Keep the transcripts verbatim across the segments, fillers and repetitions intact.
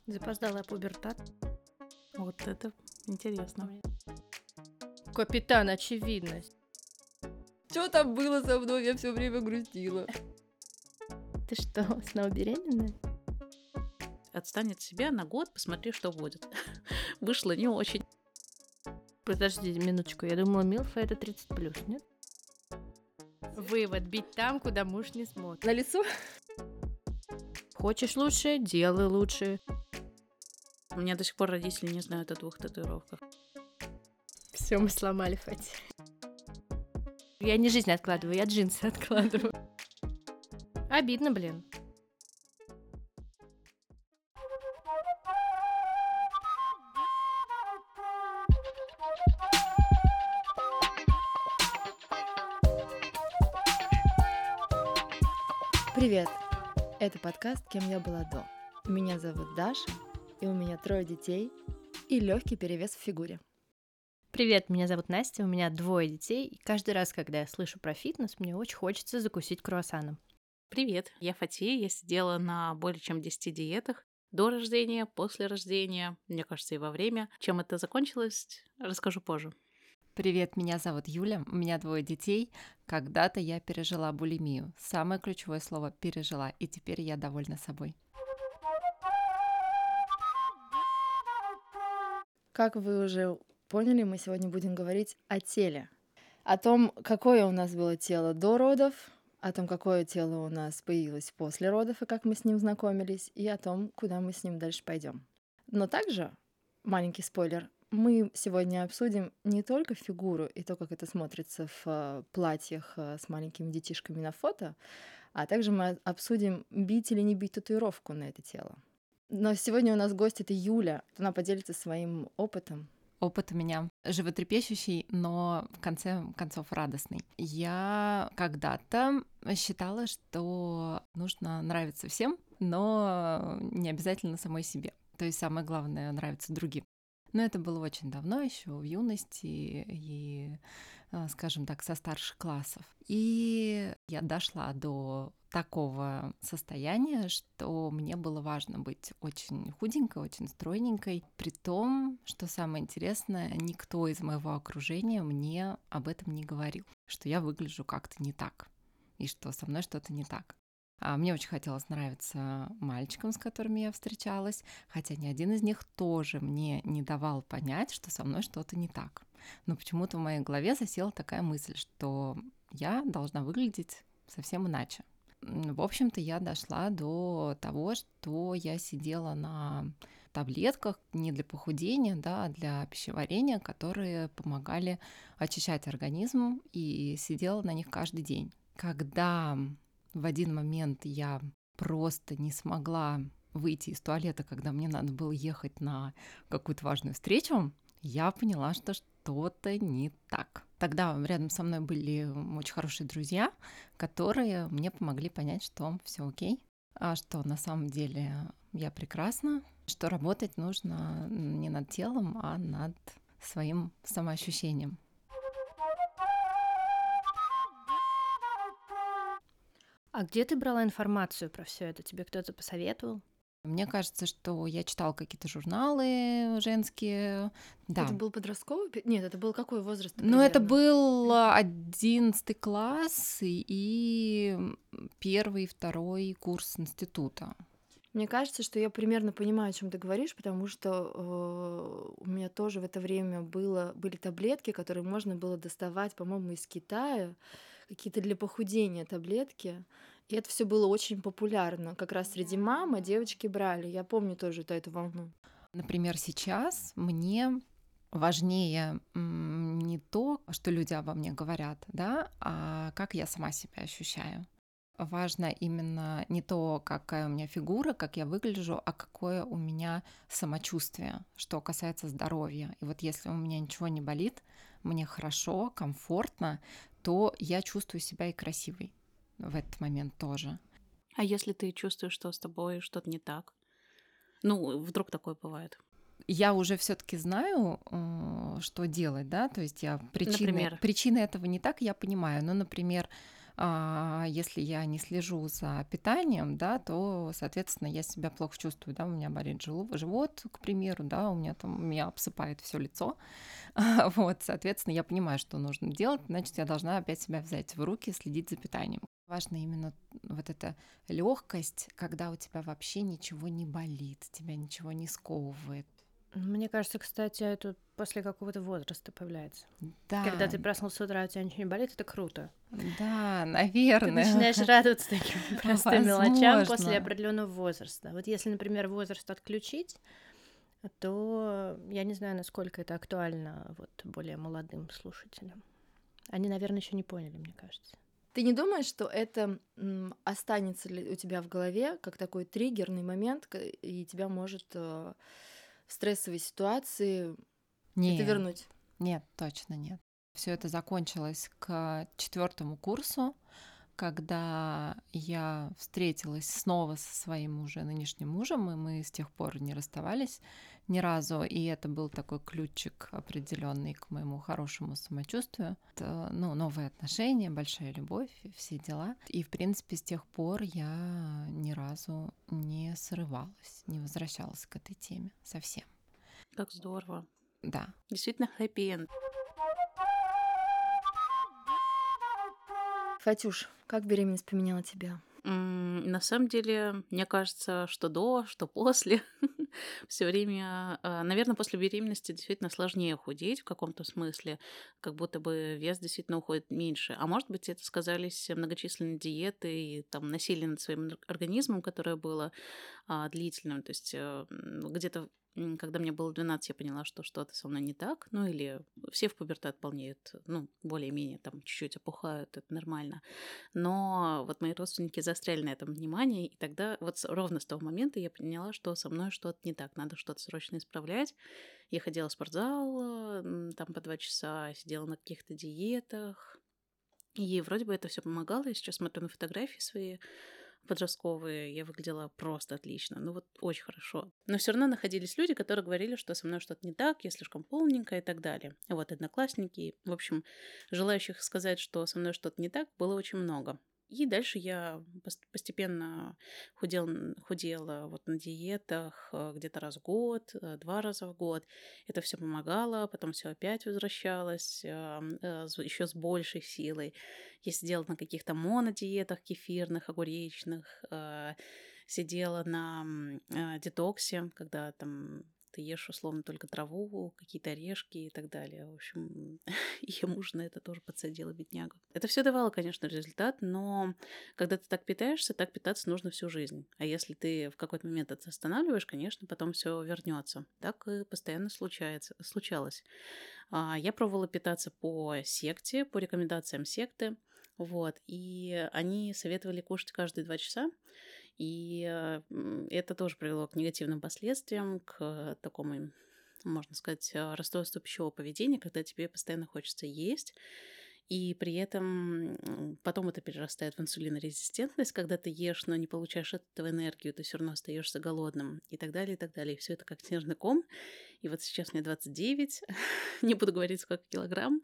Запоздалая пубертат. Вот это интересно. Капитан Очевидность. Что там было со мной? Я все время грустила. Ты что, снова беременная? Отстань от себя на год, посмотри, что будет. Вышло не очень. Подожди минуточку, я думала, милфа это тридцать плюс, нет? Вывод: бить там, куда муж не смотрит. На лицо? Хочешь лучше — делай лучше. У меня до сих пор родители не знают о двух татуировках. Все, мы сломали Фати. Я не жизнь откладываю, я джинсы откладываю. Обидно, блин. Привет! Это подкаст «Кем я была до». Меня зовут Даша, и у меня трое детей и легкий перевес в фигуре. Привет, меня зовут Настя, у меня двое детей, и каждый раз, когда я слышу про фитнес, мне очень хочется закусить круассаном. Привет, я Фати, я сидела на более чем десяти диетах до рождения, после рождения, мне кажется, и во время. Чем это закончилось, расскажу позже. Привет, меня зовут Юля, у меня двое детей. Когда-то я пережила булимию. Самое ключевое слово «пережила», и теперь я довольна собой. Как вы уже поняли, мы сегодня будем говорить о теле. О том, какое у нас было тело до родов, о том, какое тело у нас появилось после родов и как мы с ним знакомились, и о том, куда мы с ним дальше пойдем. Но также, маленький спойлер, мы сегодня обсудим не только фигуру и то, как это смотрится в э, платьях э, с маленькими детишками на фото, а также мы обсудим, бить или не бить татуировку на это тело. Но сегодня у нас гость — это Юля. Она поделится своим опытом. Опыт у меня животрепещущий, но в конце концов радостный. Я когда-то считала, что нужно нравиться всем, но не обязательно самой себе. То есть самое главное — нравиться другим. Но это было очень давно, еще в юности и, скажем так, со старших классов. И я дошла до такого состояния, что мне было важно быть очень худенькой, очень стройненькой, при том, что самое интересное, никто из моего окружения мне об этом не говорил, что я выгляжу как-то не так и что со мной что-то не так. А мне очень хотелось нравиться мальчикам, с которыми я встречалась, хотя ни один из них тоже мне не давал понять, что со мной что-то не так. Но почему-то в моей голове засела такая мысль, что я должна выглядеть совсем иначе. В общем-то, я дошла до того, что я сидела на таблетках не для похудения, да, а для пищеварения, которые помогали очищать организм, и сидела на них каждый день. Когда в один момент я просто не смогла выйти из туалета, когда мне надо было ехать на какую-то важную встречу, я поняла, что что-то не так. Тогда рядом со мной были очень хорошие друзья, которые мне помогли понять, что все окей, а что на самом деле я прекрасна, что работать нужно не над телом, а над своим самоощущением. А где ты брала информацию про все это? Тебе кто-то посоветовал? Мне кажется, что я читала какие-то журналы женские. Да. Это был подростковый? пе- Нет, это был какой возраст? Ну, это примерно? был одиннадцатый класс и первый, второй курс института. Мне кажется, что я примерно понимаю, о чем ты говоришь, потому что э, у меня тоже в это время было, были таблетки, которые можно было доставать, по-моему, из Китая, какие-то для похудения таблетки. И это все было очень популярно. Как раз среди мам, а девочки брали. Я помню тоже эту, эту волну. Например, сейчас мне важнее м, не то, что люди обо мне говорят, да, а как я сама себя ощущаю. Важно именно не то, какая у меня фигура, как я выгляжу, а какое у меня самочувствие, что касается здоровья. И вот если у меня ничего не болит, мне хорошо, комфортно, то я чувствую себя и красивой в этот момент тоже. А если ты чувствуешь, что с тобой что-то не так? Ну, вдруг такое бывает. Я уже все-таки знаю, э, что делать, да, то есть я причины, Например? причины этого не так, я понимаю. Ну, например, А если я не слежу за питанием, да, то, соответственно, я себя плохо чувствую, да, у меня болит желу- живот, к примеру, да, у меня там, меня обсыпает все лицо, вот, соответственно, я понимаю, что нужно делать, значит, я должна опять себя взять в руки, следить за питанием. Важно именно вот эта легкость, когда у тебя вообще ничего не болит, тебя ничего не сковывает. Мне кажется, кстати, это после какого-то возраста появляется. Да, Когда ты проснулся с утра, у тебя ничего не болит, это круто. да, Ты наверное. начинаешь радоваться таким простым мелочам после Возможно. определенного возраста. Вот если, например, возраст отключить, то я не знаю, насколько это актуально вот более молодым слушателям. Они, наверное, еще не поняли, мне кажется. Ты не думаешь, что это м, останется ли у тебя в голове как такой триггерный момент, к- и тебя может э, в стрессовой ситуации это Нет, вернуть? нет, точно нет. Все это закончилось к четвертому курсу, когда я встретилась снова со своим уже нынешним мужем, и мы с тех пор не расставались ни разу, и это был такой ключик определенный к моему хорошему самочувствию. Это, ну, новые отношения, большая любовь, и все дела. И, в принципе, с тех пор я ни разу не срывалась, не возвращалась к этой теме совсем. Как здорово. Да. Действительно хэппи-энд. Фатюш, как беременность поменяла тебя? М, На самом деле, мне кажется, что до, что после, все время, наверное, после беременности действительно сложнее худеть в каком-то смысле, как будто бы вес действительно уходит меньше. А может быть, это сказались многочисленные диеты и там насилие над своим ор- организмом, которое было а, длительным. То есть э, м, где-то м, когда мне было двенадцать, я поняла, что что-то со мной не так. Ну, или все в пубертат полнеют, ну, более-менее там чуть-чуть опухают, это нормально. Но вот мои родственники заостряли на этом внимание, и тогда вот с- ровно с того момента я поняла, что со мной что-то не так, надо что-то срочно исправлять. Я ходила в спортзал, м, там по два часа, сидела на каких-то диетах, и вроде бы это все помогало. Я сейчас смотрю на фотографии свои подростковые, я выглядела просто отлично, ну вот очень хорошо. Но все равно находились люди, которые говорили, что со мной что-то не так, я слишком полненькая и так далее. Вот одноклассники, в общем, желающих сказать, что со мной что-то не так, было очень много. И дальше я пос- постепенно худела, худела вот на диетах э, где-то раз в год, э, два раза в год. Это все помогало, потом все опять возвращалось, еще с большей силой. Я сидела на каких-то монодиетах кефирных, огуречных, э, сидела на м, э, детоксе, когда там ты ешь условно только траву, какие-то орешки и так далее. В общем, я мужа на это тоже подсадила, беднягу. Это все давало, конечно, результат, но когда ты так питаешься, так питаться нужно всю жизнь. А если ты в какой-то момент это останавливаешь, конечно, потом все вернется. Так и постоянно случается, случалось. А, Я пробовала питаться по секте, по рекомендациям секты. Вот, и они советовали кушать каждые два часа, и э, м, это тоже привело к негативным последствиям, к такому, можно сказать, э, расстройству пищевого поведения, когда тебе постоянно хочется есть, и при этом м, потом это перерастает в инсулинорезистентность, когда ты ешь, но не получаешь от этого энергию, ты все равно остаешься голодным, и так далее, и так далее. И все это как снежный ком. И вот сейчас мне двадцать девять, не буду говорить, сколько килограмм,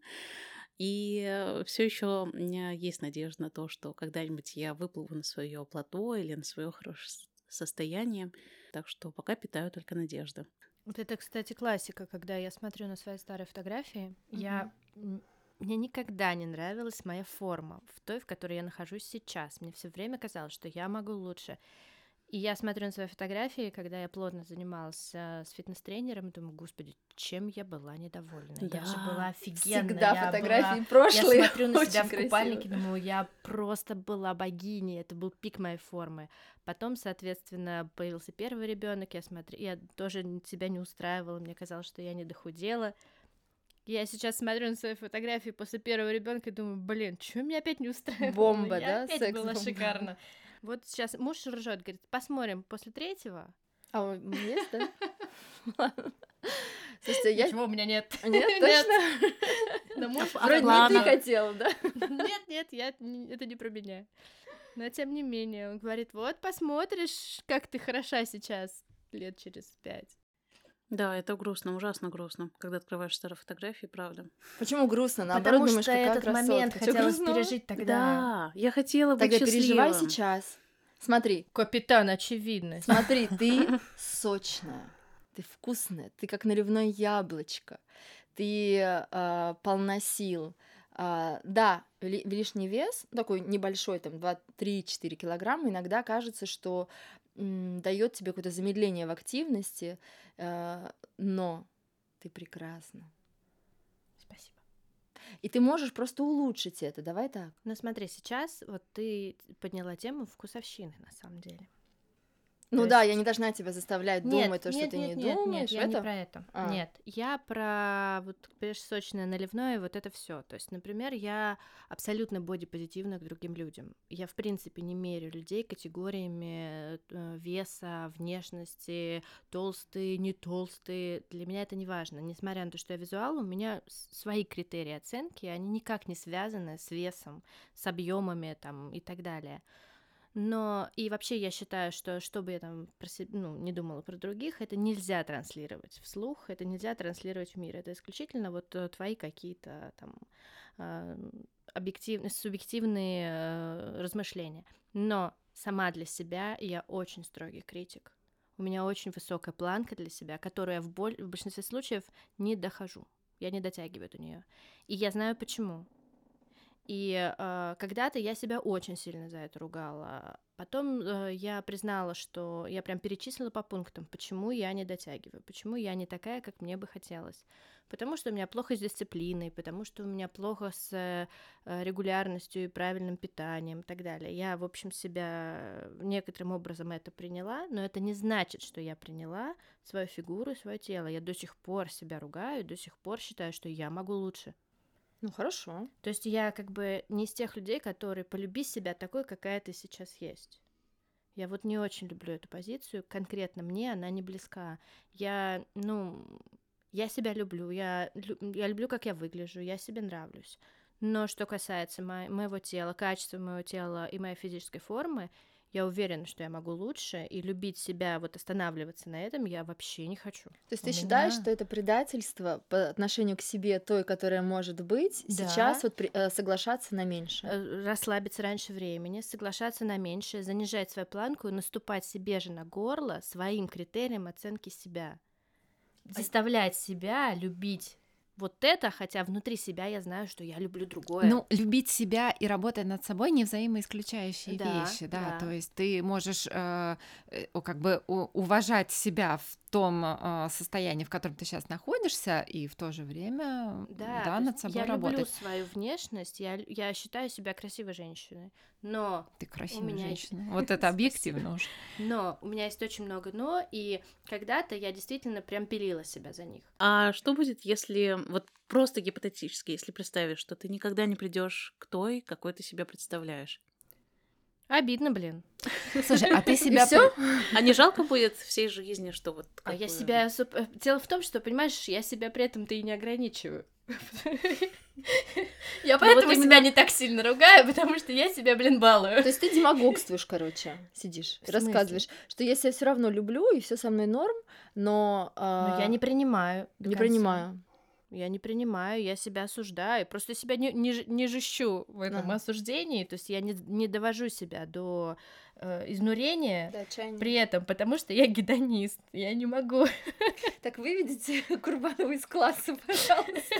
и все еще у меня есть надежда на то, что когда-нибудь я выплыву на свое плато или на свое хорошее с- состояние. Так что пока питаю только надежду. Вот это, кстати, классика, когда я смотрю на свои старые фотографии, я м, мне никогда не нравилась моя форма в той, в которой я нахожусь сейчас. Мне все время казалось, что я могу лучше. И я смотрю на свои фотографии, когда я плотно занималась э, с фитнес-тренером, и думаю, господи, чем я была недовольна. Я же Да, была офигенная. Всегда я фотографии была... Я прошлые смотрю на себя очень в купальнике, красивые. думаю, я просто была богиней, это был пик моей формы. Потом, соответственно, появился первый ребенок, я смотрю, я тоже себя не устраивала, мне казалось, что я не дохудела. Я сейчас смотрю на свои фотографии после первого ребенка и думаю, блин, что меня опять не устраивало? Бомба, Я да? опять была Секс-бомба. шикарна. Вот сейчас муж ржет, говорит, посмотрим после третьего. А у- м, есть, да? Ладно. Слушайте, я... Ничего у меня нет. Нет, точно? Но муж А Вроде не планы? ты хотела, да? Нет, нет, я... н- это не про меня. Но тем не менее, он говорит, вот посмотришь, как ты хороша сейчас лет через пять. Да, это грустно, ужасно грустно, когда открываешь старые фотографии, правда. Почему грустно? Наоборот, Потому думаешь, что какая этот момент красотка. Чё хотелось грустного? пережить тогда. Да, я хотела быть Тогда переживай счастливым. сейчас. Смотри, Капитан очевидность. смотри, ты сочная, ты вкусная, ты как наливное яблочко, ты а, полна сил. А, да, ли- лишний вес, такой небольшой, там два-три-четыре килограмма, иногда кажется, что дает тебе какое-то замедление в активности, а, но ты прекрасна. Спасибо. И ты можешь просто улучшить это. Давай так. Ну смотри, сейчас вот ты подняла тему вкусовщины на самом деле. Ну То да, есть- я не должна тебя заставлять Нет, думать то, что нет, ты нет, не нет, думаешь. нет, я это? не про это. А. Нет, я про вот, понимаешь, сочное наливное, вот это все. То есть, например, я абсолютно бодипозитивна к другим людям. Я, в принципе, не мерю людей категориями э, веса, внешности, толстые, не толстые. Для меня это не важно. Несмотря на то, что я визуал, у меня с- свои критерии оценки, они никак не связаны с весом, с объемами там и так далее. Но и вообще я считаю, что что бы я там про се- ну, не думала про других, это нельзя транслировать вслух, это нельзя транслировать в мир. Это исключительно вот э, твои какие-то там э, объективные, субъективные э, размышления. Но сама для себя я очень строгий критик. У меня очень высокая планка для себя, которую я в, боль... в большинстве случаев не дохожу. Я не дотягиваю до нее. И я знаю почему. И э, когда-то я себя очень сильно за это ругала. Потом э, я признала, что я прям перечислила по пунктам, почему я не дотягиваю, почему я не такая, как мне бы хотелось. Потому что у меня плохо с дисциплиной, потому что у меня плохо с э, регулярностью и правильным питанием и так далее. Я, в общем, себя некоторым образом это приняла, но это не значит, что я приняла свою фигуру, свое тело. Я до сих пор себя ругаю, до сих пор считаю, что я могу лучше. Ну хорошо. То есть я как бы не из тех людей, которые полюби себя такой, какая ты сейчас есть. Я вот не очень люблю эту позицию, конкретно мне она не близка. Я, ну, я себя люблю, я, лю- я люблю, как я выгляжу, я себе нравлюсь. Но что касается мо- моего тела, качества моего тела и моей физической формы, я уверена, что я могу лучше, и любить себя, вот останавливаться на этом я вообще не хочу. То есть У ты считаешь, меня- что это предательство по отношению к себе той, которая может быть, Да. сейчас вот при- э, соглашаться на меньше? э, расслабиться раньше времени, соглашаться на меньшее, занижать свою планку и наступать себе же на горло своим критерием оценки себя. Заставлять себя любить вот это, хотя внутри себя я знаю, что я люблю другое. Ну, любить себя и работать над собой не взаимоисключающие Да, вещи, да. да. То есть ты можешь э, э, о, как бы у- уважать себя в том э, состоянии, в котором ты сейчас находишься, и в то же время, Да, да, то над есть собой я люблю работать. свою внешность, я, я считаю себя красивой женщиной, но Ты красивая меня есть- женщина. Вот это объективно уж. но у меня есть очень много но, и когда-то я действительно прям пилила себя за них. А что будет, если вот просто гипотетически, если представишь, что ты никогда не придешь к той, какой ты себя представляешь? Обидно, блин. Слушай, а ты себя... всё? при- А не жалко будет всей жизни, что вот... А я какую- себя... суп- э, Дело в том, что, понимаешь, я себя при этом-то и не ограничиваю. Я поэтому вот именно- себя не так сильно ругаю, потому что я себя, блин, балую. То есть ты демагогствуешь, короче, сидишь, В смысле? рассказываешь, что я себя все равно люблю и все со мной норм, но, Но а, я не принимаю. до не конца. принимаю. Я не принимаю, я себя осуждаю. Просто себя не, не, ж- не жещу в этом Ага. осуждении. То есть я не, не довожу себя до э, изнурения. Да, отчаяние. При этом, потому что я гедонист, я не могу. Так выведите Курбанову из класса, пожалуйста.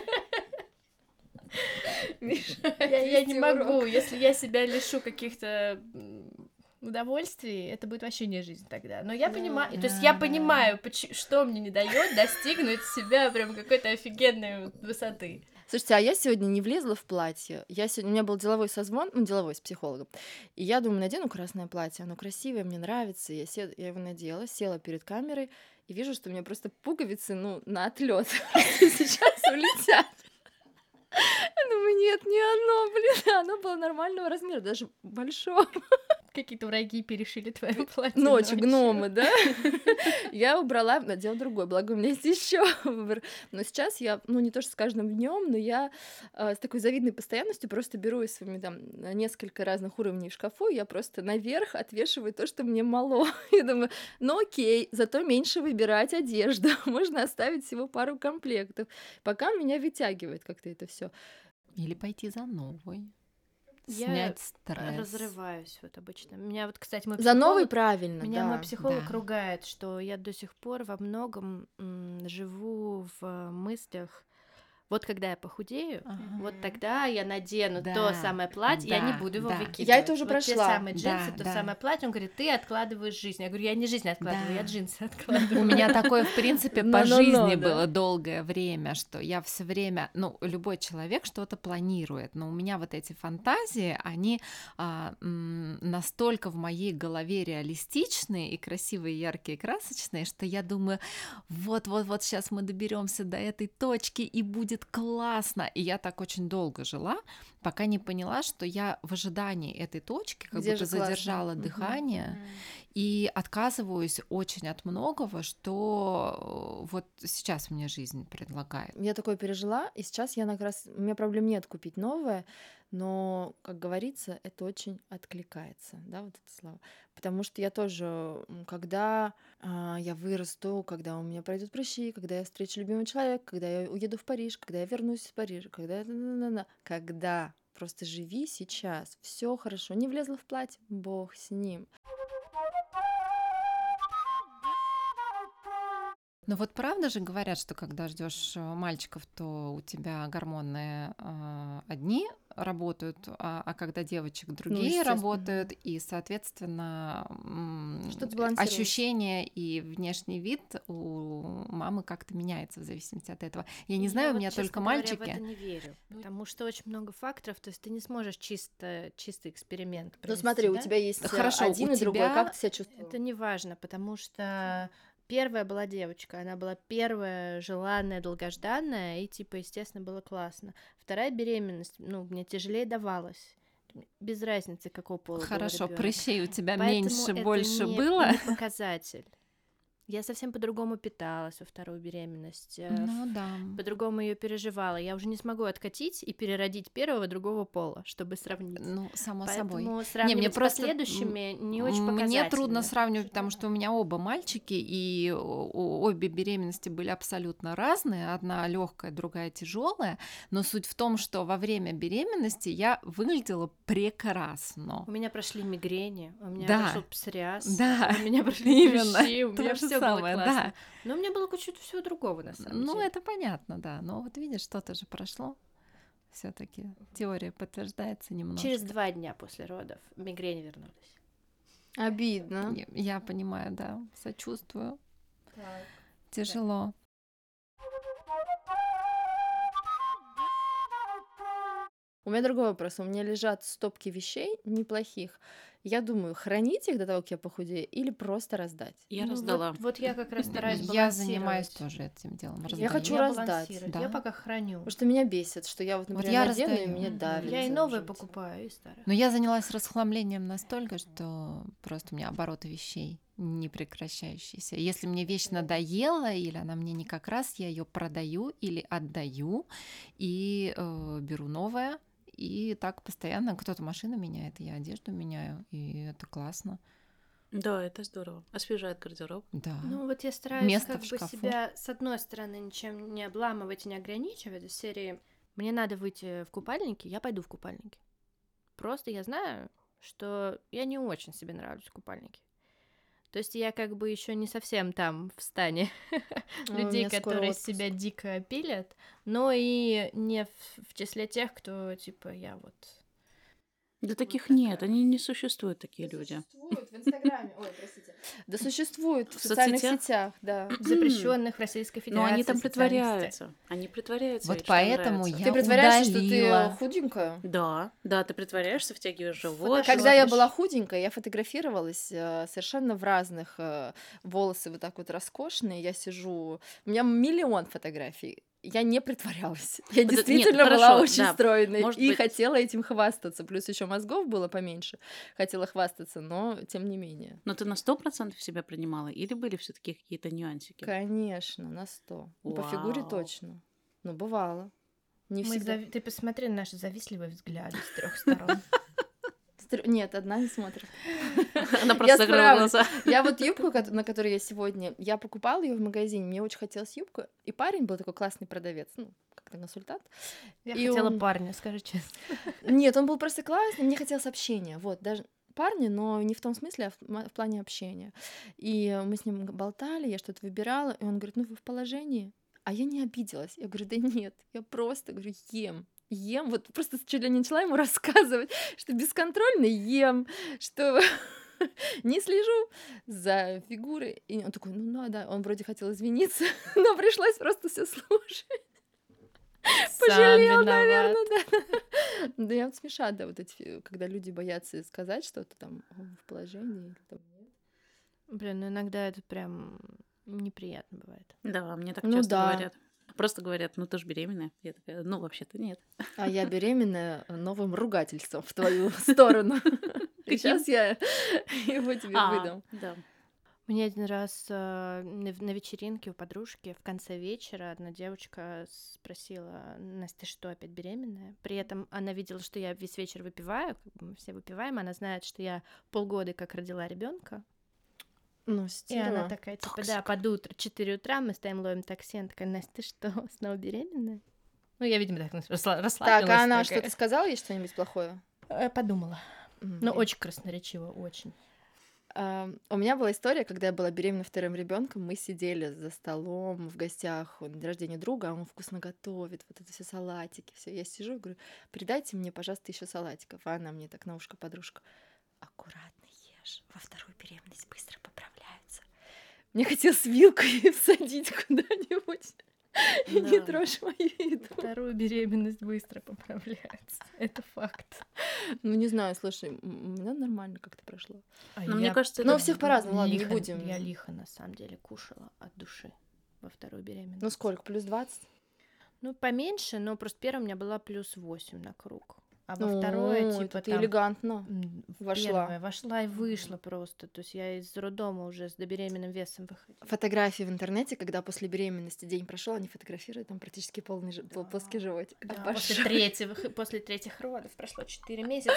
Миша, Я, я не вести могу. урок. Если я себя лишу каких-то м, удовольствий, это будет вообще не жизнь тогда. Но я Да. понимаю, то есть я Да, да. понимаю, поч- что мне не дает достигнуть себя прям какой-то офигенной вот высоты. Слушайте, а я сегодня не влезла в платье. Я сегодня... У меня был деловой созвон, ну, деловой с психологом. И я думаю, надену красное платье, оно красивое, мне нравится. Я, се... я его надела, села перед камерой и вижу, что у меня просто пуговицы, ну, на отлет сейчас улетят. Я думаю, нет, не оно, блин, оно было нормального размера, даже большого. Какие-то враги перешили твое платье Ночью гномы, да? Я убрала, надела другой, благо у меня есть еще выбор. Но сейчас я, ну не то что с каждым днем, но я э, с такой завидной постоянностью просто беру из своими там несколько разных уровней в шкафу, я просто наверх отвешиваю то, что мне мало. Я думаю, ну окей, зато меньше выбирать одежду, можно оставить всего пару комплектов, пока меня вытягивает как-то это все. Или пойти за новой. Я Снять стресс. разрываюсь вот обычно. Меня вот, кстати, мой За новый психолог, правильно, меня мой да. психолог Да. ругает, что я до сих пор во многом м, живу в э, мыслях. Вот когда я похудею, Ага. вот тогда я надену Да, то самое платье, я не да, буду его да. выкидывать. Я это уже вот прошла. те самые джинсы, Да, то да. самое платье. Он говорит, ты откладываешь жизнь. Я говорю, я не жизнь откладываю, Да. я джинсы откладываю. У меня такое, в принципе, по Но-но-но, жизни да. было долгое время, что я все время, ну, любой человек что-то планирует, но у меня вот эти фантазии, они а, м, настолько в моей голове реалистичные и красивые, яркие, красочные, что я думаю, вот-вот-вот сейчас мы доберемся до этой точки и будет классно. И я так очень долго жила, пока не поняла, что я в ожидании этой точки как Где будто же классно? задержала Мгм. дыхание. И отказываюсь очень от многого, что э, вот сейчас мне жизнь предлагает. Я такое пережила, и сейчас я как раз... У меня проблем нет купить новое, но, как говорится, это очень откликается, да, вот это слово. Потому что я тоже, м, когда а, я вырасту, когда у меня пройдут прыщи, когда я встречу любимого человека, когда я уеду в Париж, когда я вернусь из Парижа, когда... я- на-на-на-на. Когда? Просто живи сейчас, все хорошо. Не влезла в платье, бог с ним. Но вот правда же говорят, что когда ждешь мальчиков, то у тебя гормоны а, одни работают, а, а когда девочек другие естественно. работают, и, соответственно, м, Что-то сбалансируется. ощущение и внешний вид у мамы как-то меняется в зависимости от этого. Я не Я знаю, у вот, меня честно только говоря, мальчики. в это не верю, потому что очень много факторов, то есть ты не сможешь чисто чистый эксперимент Ну провести, смотри, у да? тебя есть э, Хорошо, один у и другой. Как тебя ты себя чувствовала? Это не важно, потому что первая была девочка, она была первая, желанная, долгожданная, и, типа, естественно, было классно. Вторая беременность, ну, мне тяжелее давалась. Без разницы, какого пола был Хорошо, ребенок. прыщей у тебя Поэтому меньше, это больше не, было. не показатель. Я совсем по-другому питалась во вторую беременность, э, Ну ф- да. по-другому ее переживала. Я уже не смогу откатить и переродить первого другого пола, чтобы сравнить. Ну, само собой. Поэтому Не, сравнивать мне с просто последующими не очень м, мне трудно показательно. сравнивать, потому что у меня оба мальчики, и о- о- обе беременности были абсолютно разные. Одна легкая, другая тяжелая. Но суть в том, что во время беременности я выглядела прекрасно. У меня прошли мигрени, у меня Да. прошел псориаз, Да, у меня прошли именно. прыщи, у То меня же все было самое, классно. да. Но у меня было куча всего другого, на самом Ну, деле. это понятно, да. Но вот видишь, что-то же прошло. Все-таки теория подтверждается немножко. Через два дня после родов мигрень вернулась. Обидно. Я, я понимаю, да, сочувствую. Тяжело. У меня другой вопрос. У меня лежат стопки вещей неплохих. Я думаю, хранить их до того, как я похудею, или просто раздать? Я Ну, раздала. Вот, вот я как раз стараюсь Я занимаюсь балансировать. тоже этим делом. Я раздаю. хочу Я раздать. балансирую. Да. Я пока храню. Потому что меня бесит, что я вот, Вот например, я надену, и раздаю. мне Мгм. давит. Я и за новые жуть. покупаю, и старые. Но я занялась расхламлением настолько, что просто у меня обороты вещей не прекращающиеся. Если мне вещь надоела, или она мне не как раз, я ее продаю или отдаю и э, беру новое. И так постоянно кто-то машину меняет, я одежду меняю, и это классно. Да, это здорово. Освежает гардероб. Да. Ну вот я стараюсь Место как в бы шкафу. себя с одной стороны ничем не обламывать и не ограничивать. Из серии мне надо выйти в купальнике, я пойду в купальнике. Просто я знаю, что я не очень себе нравлюсь в купальнике. То есть я как бы еще не совсем там в стане А, у людей, меня скоро которые отпуск. себя дико пилят, но и не в, в числе тех, кто типа я вот. Да таких такая. нет, они не существуют, такие люди. Существует в Инстаграме. Ой, простите. Да существует в В социальных соцсетях? сетях, да. Запрещенных в Российской Но Федерации. они там социальных сетях. притворяются. Они притворяются. Вот ведь, что поэтому нравится. я Ты притворяешься, что удалила. ты худенькая? Да, да, ты притворяешься, втягиваешь живот. Фотошоп. Когда я смотришь. была худенькая, я фотографировалась э, совершенно в разных э, волосы вот так вот роскошные. Я сижу, у меня миллион фотографий. я не притворялась. Я Вот это- нет, действительно была хорошо, очень да. стройной Может и быть. хотела этим хвастаться. Плюс еще мозгов было поменьше. Хотела хвастаться, но тем не менее. Но ты на сто процентов себя принимала или были все таки какие-то нюансики? Конечно, на сто. Ну, по фигуре Вау. точно. Ну, бывало. Не Мы всегда. зави- Ты посмотри на наши завистливые взгляды с трех сторон. Стр- Нет, одна не смотрит. Она Я просто закрыла справлюсь. глаза. Я вот юбку, кот- на которой я сегодня, я покупала ее в магазине, мне очень хотелось юбку, и парень был такой классный продавец, ну, как-то консультант. Я И хотела он- парня, скажи честно. Нет, он был просто классный, мне хотелось общения, вот, даже парня, но не в том смысле, а в, м- в плане общения. И мы с ним болтали, я что-то выбирала, и он говорит, ну, вы в положении? А я не обиделась. Я говорю, да нет, я просто, говорю, ем. Ем, вот просто чуть ли не начала ему рассказывать, что бесконтрольно ем, что не слежу за фигурой. И он такой, ну да, да, он вроде хотел извиниться, но пришлось просто все слушать. Пожалел, наверное, да. Да я вот смешат, да, вот эти, фи- когда люди боятся сказать что-то там «О, в положении. или там. Блин, ну иногда это прям неприятно бывает. Да, мне так Ну часто да. говорят. Просто говорят, ну ты ж беременная. Я такая, ну вообще-то нет. А я беременная новым ругательством в твою сторону. Сейчас я его тебе А, выдам. да. Мне один раз э, на на вечеринке у подружки в конце вечера одна девочка спросила, Настя, ты что, опять беременная? При этом она видела, что я весь вечер выпиваю, как бы мы все выпиваем, она знает, что я полгода как родила ребенка. Ну, И она стерва. такая, типа, да, под утро, четыре утра, мы стоим, ловим такси, она такая, Настя, ты что, снова беременная? Ну, я, видимо, так расла- расслабилась. Так, а она такая. что-то сказала ей что-нибудь плохое? Э, Подумала. М, Ну, блин. очень красноречиво, очень. А, У меня была история, когда я была беременна вторым ребенком, мы сидели за столом в гостях на день рождения друга, а он вкусно готовит, вот это все салатики, все. Я сижу и говорю, передайте мне, пожалуйста, еще салатиков. А она мне так на ушко подружка, аккуратно ешь, во вторую беременность быстро поправляются. Мне хотелось вилкой всадить куда-нибудь. И не Да. трожь мою еду. Вторую беременность быстро поправляется. Это факт. Ну, не знаю, слушай, м, у меня нормально как-то прошло. А Но мне я кажется, Но у это... всех по-разному, ладно, не лихо- будем. Я лихо, на самом деле, кушала от души во вторую беременность. Ну, сколько, плюс двадцать? Ну, поменьше, но просто первая у меня была плюс восемь на круг. А во Ну, второе, это типа, ты там... элегантно. м, в вошла. первое вошла и вышла просто. То есть я из роддома уже с добеременным весом выходила. Фотографии в интернете, когда после беременности день прошел, они фотографируют там практически полный жи- пол- плоский животик. Да, Обожаю. после, третьих, после третьих родов прошло четыре месяца.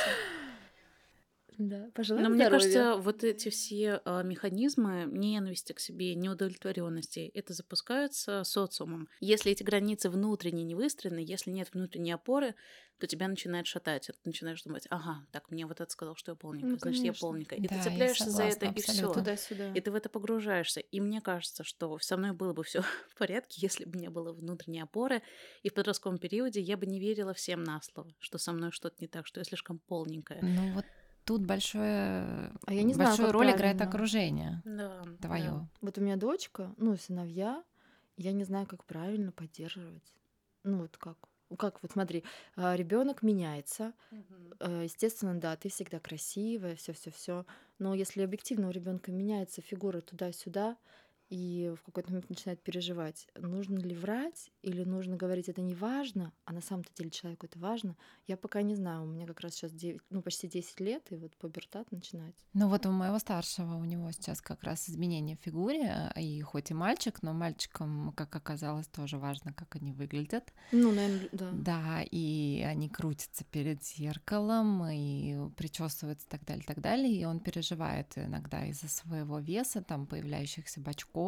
Да, пожелаем Но мне здоровья. кажется, вот эти все а, механизмы ненависти к себе, неудовлетворенности, это запускаются социумом. Если эти границы внутренне не выстроены, если нет внутренней опоры, то тебя начинает шатать. Ты начинаешь думать, ага, так мне вот это сказал, что я полненькая, Ну, значит, я конечно. полненькая. И Да, ты я цепляешься за это, согласна и все. абсолютно. Туда-сюда. И ты в это погружаешься. И мне кажется, что со мной было бы все в порядке, если бы не было внутренней опоры. И в подростковом периоде я бы не верила всем на слово, что со мной что-то не так, что я слишком полненькая. Ну вот тут большое, А я не знаю, большую как роль играет правильно. окружение Да, твое. да. Вот у меня дочка, ну, сыновья, я не знаю, как правильно поддерживать. Ну, вот как. Как, вот смотри, ребенок меняется. Мгм. Э, Естественно, да, ты всегда красивая, все, все, все. Но если объективно у ребенка меняется фигура туда-сюда, и в какой-то момент начинает переживать, нужно ли врать или нужно говорить это не важно, а на самом-то деле человеку это важно, я пока не знаю. У меня как раз сейчас девять, ну, почти десять лет, и вот пубертат начинается. Ну вот у моего старшего, у него сейчас как раз изменения в фигуре, и хоть и мальчик, но мальчикам, как оказалось, тоже важно, как они выглядят. Ну, наверное, да. Да, и они крутятся перед зеркалом, и причесываются и так далее, так далее, и он переживает иногда из-за своего веса, там, появляющихся бочков.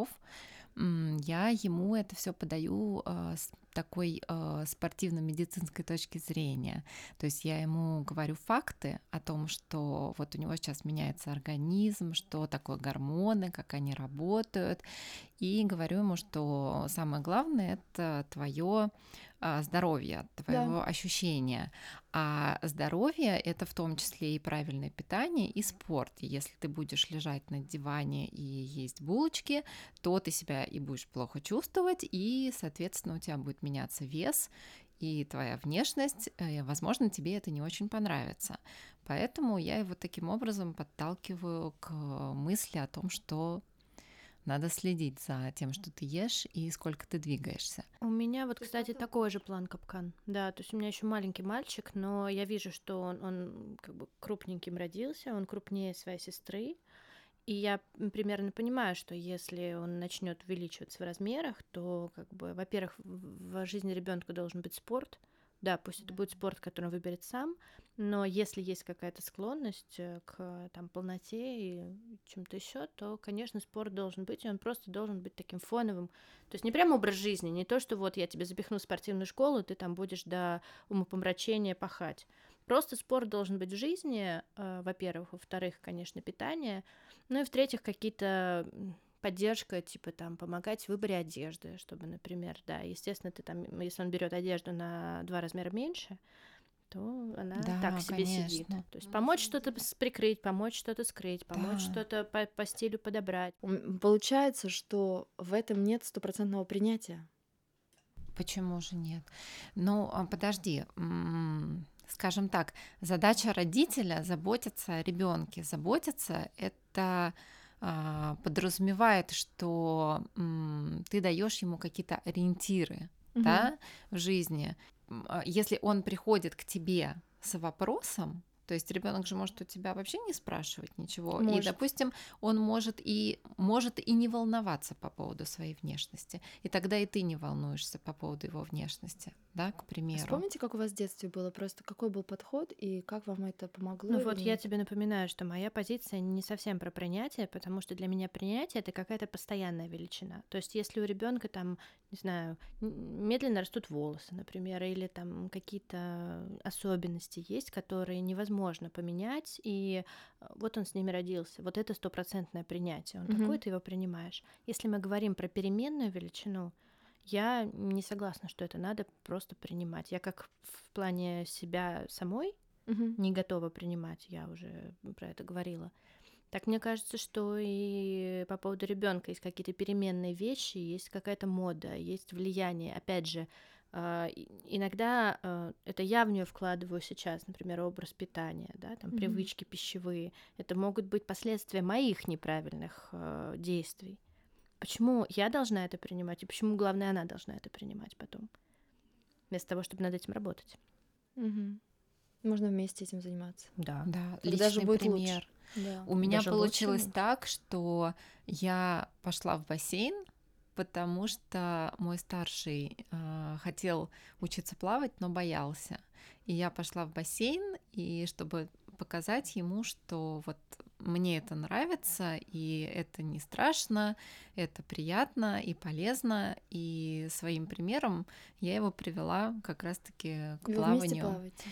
М, Я ему это все подаю э, с такой э, спортивно-медицинской точки зрения. То есть я ему говорю факты о том, что вот у него сейчас меняется организм, что такое гормоны, как они работают, и говорю ему, что самое главное — это твое здоровье, твоего ощущения. А здоровье — это в том числе и правильное питание, и спорт. И если ты будешь лежать на диване и есть булочки, то ты себя и будешь плохо чувствовать, и, соответственно, у тебя будет меняться вес, и твоя внешность, э, возможно, тебе это не очень понравится. Поэтому я его таким образом подталкиваю к мысли о том, что Надо следить за тем, что ты ешь и сколько ты двигаешься. У меня вот, кстати, такой же план капкан. Да, то есть у меня еще маленький мальчик, но я вижу, что он, он как бы крупненьким родился, он крупнее своей сестры. И я м, примерно понимаю, что если он начнет увеличиваться в размерах, то, как бы, во-первых, в в жизни ребенка должен быть спорт. Да, пусть это будет спорт, который он выберет сам, но если есть какая-то склонность э, к там полноте и чем-то еще, то, конечно, спорт должен быть, и он просто должен быть таким фоновым. То есть не прям образ жизни, не то, что вот я тебе запихну в спортивную школу, ты там будешь до умопомрачения пахать. Просто спорт должен быть в жизни, э, во-первых, во-вторых, конечно, питание, ну и в-третьих, какие-то м, поддержка, типа там помогать в выборе одежды, чтобы, например, да, естественно, ты там, м, если он берет одежду на два размера меньше, то она так Да, себе сидит. конечно. То есть помочь что-то с- прикрыть, помочь что-то скрыть, помочь Да. что-то по, по стилю подобрать. М, Получается, что в этом нет стопроцентного принятия. Почему же нет? Ну, а, подожди. м, Скажем так, задача родителя заботиться о ребенке. Заботиться это а, подразумевает, что м, ты даешь ему какие-то ориентиры, Мгм. да, в жизни. М, а, Если он приходит к тебе с вопросом, то есть ребенок же может у тебя вообще не спрашивать ничего, и, Может. допустим, он может и может и не волноваться по поводу своей внешности, и тогда и ты не волнуешься по поводу его внешности, да, к А примеру. Вспомните, как у вас в детстве было, просто какой был подход и как вам это помогло Ну или вот я нет? тебе напоминаю, что моя позиция не совсем про принятие, потому что для меня принятие это какая-то постоянная величина. То есть если у ребенка там, не знаю, м, медленно растут волосы, например, или там какие-то особенности есть, которые невозможно поменять, и э, вот он с ними родился. Вот это стопроцентное принятие. Он такой, Мгм. ты его принимаешь. Если мы говорим про переменную величину, я не согласна, что это надо просто принимать. Я как в плане себя самой Мгм. не готова принимать, я уже про это говорила. Так мне кажется, что и по поводу ребенка есть какие-то переменные вещи, есть какая-то мода, есть влияние. Опять же, а, и- иногда а, это я в нее вкладываю сейчас, например, образ питания, да, там Мгм. привычки пищевые. Это могут быть последствия моих неправильных а, действий. Почему я должна это принимать, и почему, главное, она должна это принимать потом, вместо того, чтобы над этим работать? Мгм. Можно вместе этим заниматься. Да. Да, Тогда же личный будет пример. лучше. Да. У меня Даже получилось лучше. так, что я пошла в бассейн, потому что мой старший а, хотел учиться плавать, но боялся. И я пошла в бассейн, и чтобы показать ему, что вот мне это нравится, и это не страшно, это приятно и полезно. И своим примером я его привела как раз-таки к И вы вместе плаванию. плаваете?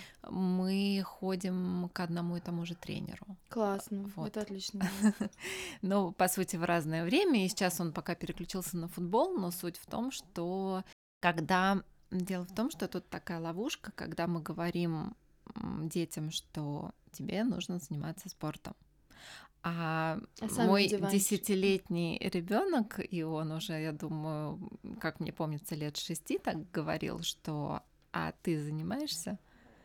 Мы ходим к одному и тому же тренеру. Классно. Вот. Это отлично. Да. Ну, по сути, в разное время. И сейчас он пока переключился на футбол, но суть в том, что когда... Дело в том, что тут такая ловушка, когда мы говорим м, детям, что тебе нужно заниматься спортом. А А сами мой на диванчик. десятилетний ребенок, и он уже, я думаю, как мне помнится, лет шести, так говорил, что а ты занимаешься?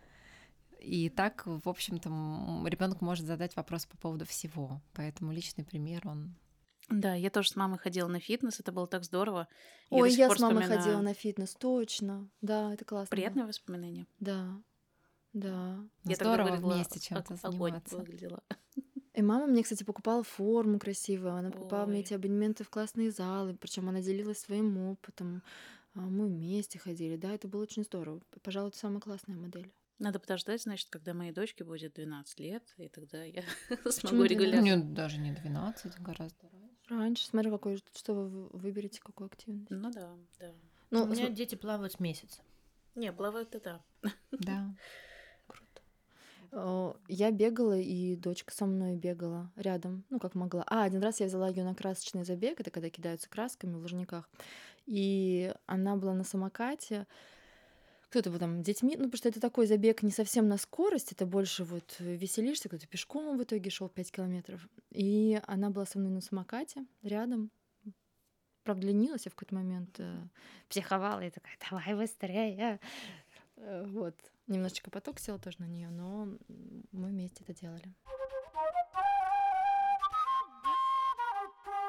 И так, в общем-то, ребенок может задать вопрос по поводу всего. Поэтому личный пример, он... Да, я тоже с мамой ходила на фитнес, это было так здорово. Я Ой, до сих я пор с мамой ходила вспоминаю на фитнес, точно. Да, это классно было. приятные воспоминания. Да, да. Я тогда Здорово выглядела вместе о- чем-то огонь заниматься. выглядела. И мама мне, кстати, покупала форму красивую, она покупала мне Ой. эти абонементы в классные залы, причем она делилась своим опытом. А Мы вместе ходили, да, это было очень здорово. Пожалуй, это самая классная модель. Надо подождать, значит, когда моей дочке будет двенадцать лет, и тогда я Почему смогу регулярно. двенадцать? Нет, даже не двенадцать, гораздо раньше. Раньше, смотря какой, что вы выберете, какую активность. Ну да, да. Ну, У меня см- дети плавают с месяца. Не, плавать это да. Да. Круто. Э, Я бегала, и дочка со мной бегала рядом, ну, как могла. А, один раз я взяла ее на красочный забег, это когда кидаются красками в лужниках. И она была на самокате. Кто-то вот там с детьми, ну, потому что это такой забег не совсем на скорость, это больше вот э, веселишься, кто-то пешком в итоге шел пять километров. И она была со мной на самокате рядом. Правда, ленилась, я в какой-то момент э, психовала и такая, давай быстрее. Э, Вот. Немножечко поток сел тоже на нее, но м, мы вместе это делали.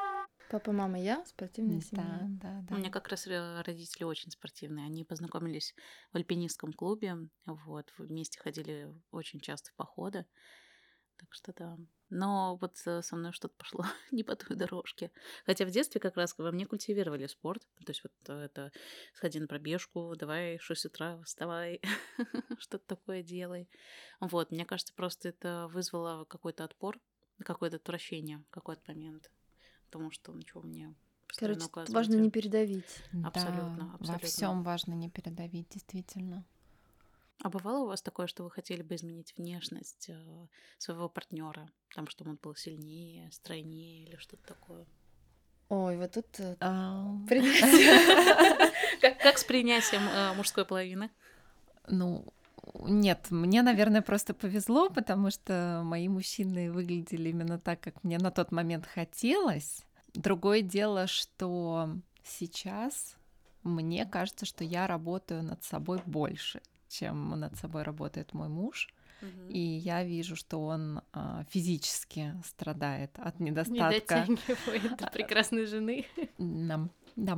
Папа, мама, я, спортивная Да, семья. да, У меня да. как раз ро- родители очень спортивные. Они познакомились в альпинистском клубе. Вот, вместе ходили очень часто в походы. Так что да. Но вот э, со мной что-то пошло не по той дорожке. Хотя в детстве как раз во мне культивировали спорт. То есть вот э, это сходи на пробежку, давай в шесть утра вставай, что-то такое делай. Вот, мне кажется, просто это вызвало какой-то отпор, какое-то отвращение в какой-то момент. Потому что, ну что, мне постоянно Короче, тут важно не указываете. передавить. Да, Абсолютно, во абсолютно. всем важно не передавить, действительно. А бывало у вас такое, что вы хотели бы изменить внешность э, своего партнера, там, чтобы он был сильнее, стройнее или что-то такое? Ой, вот тут э, А, принятие. Как, как с принятием э, мужской половины? Ну, нет, мне, наверное, просто повезло, потому что мои мужчины выглядели именно так, как мне на тот момент хотелось. Другое дело, что сейчас мне кажется, что я работаю над собой больше, чем над собой работает мой муж. Мгм. И я вижу, что он а, физически страдает от Не недостатка. дотягивает до прекрасной жены. Да, да.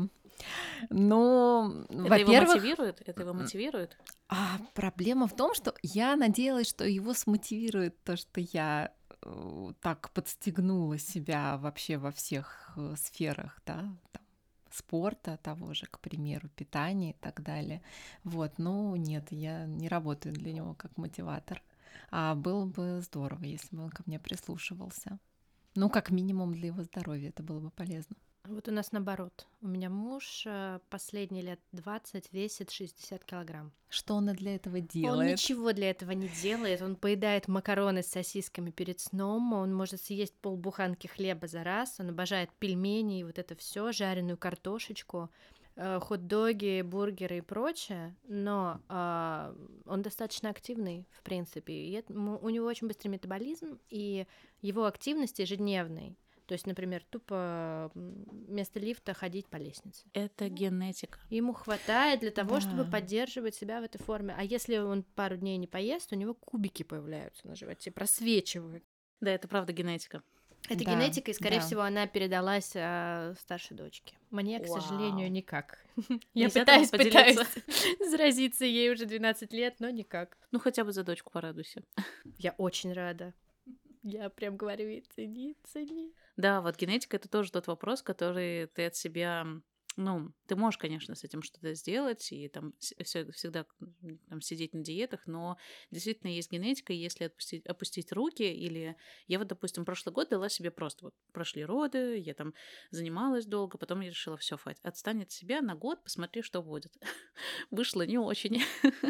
Ну, Это его во-первых, мотивирует? Это его мотивирует? а проблема в том, что я надеялась, что его смотивирует то, что я э, так подстегнула себя вообще во всех э, сферах, да, там, спорта того же, к примеру, питания и так далее. Вот, но нет, я не работаю для него как мотиватор. А было бы здорово, если бы он ко мне прислушивался. Ну, как минимум для его здоровья это было бы полезно. Вот у нас наоборот. У меня муж э, последние лет двадцать весит шестьдесят килограмм. Что он для этого Он делает? ничего для этого не делает. Он поедает макароны с сосисками перед сном. Он может съесть полбуханки хлеба за раз. Он обожает пельмени и вот это все, жареную картошечку, э, хот-доги, бургеры и прочее. Но а, он достаточно активный, в принципе. И это- ему- у него очень быстрый метаболизм, и его активность ежедневной. То есть, например, тупо м, вместо лифта ходить по лестнице. Это генетика. Ему хватает для того, чтобы Да. поддерживать себя в этой форме. А если он пару дней не поест, у него кубики появляются на животе, просвечивают. Да, это правда генетика. Это Да, генетика, и, скорее да. всего, она передалась а, старшей дочке. Мне, к Вау. сожалению, никак. Я Нельзя пытаюсь, там поделиться? пытаюсь заразиться ей уже двенадцать лет, но никак. Ну, хотя бы за дочку порадуйся. Я очень рада. Я прям говорю ей, цени, цени. Да, вот генетика — это тоже тот вопрос, который ты от себя... Ну, ты можешь, конечно, с этим что-то сделать и там с- всё- всегда м, там, сидеть на диетах, но действительно есть генетика, и если отпустить, опустить руки или... Я вот, допустим, прошлый год дала себе просто вот прошли роды, я там занималась долго, потом я решила, все, Фать, отстань от себя на год, посмотри, что будет. Вышло не очень.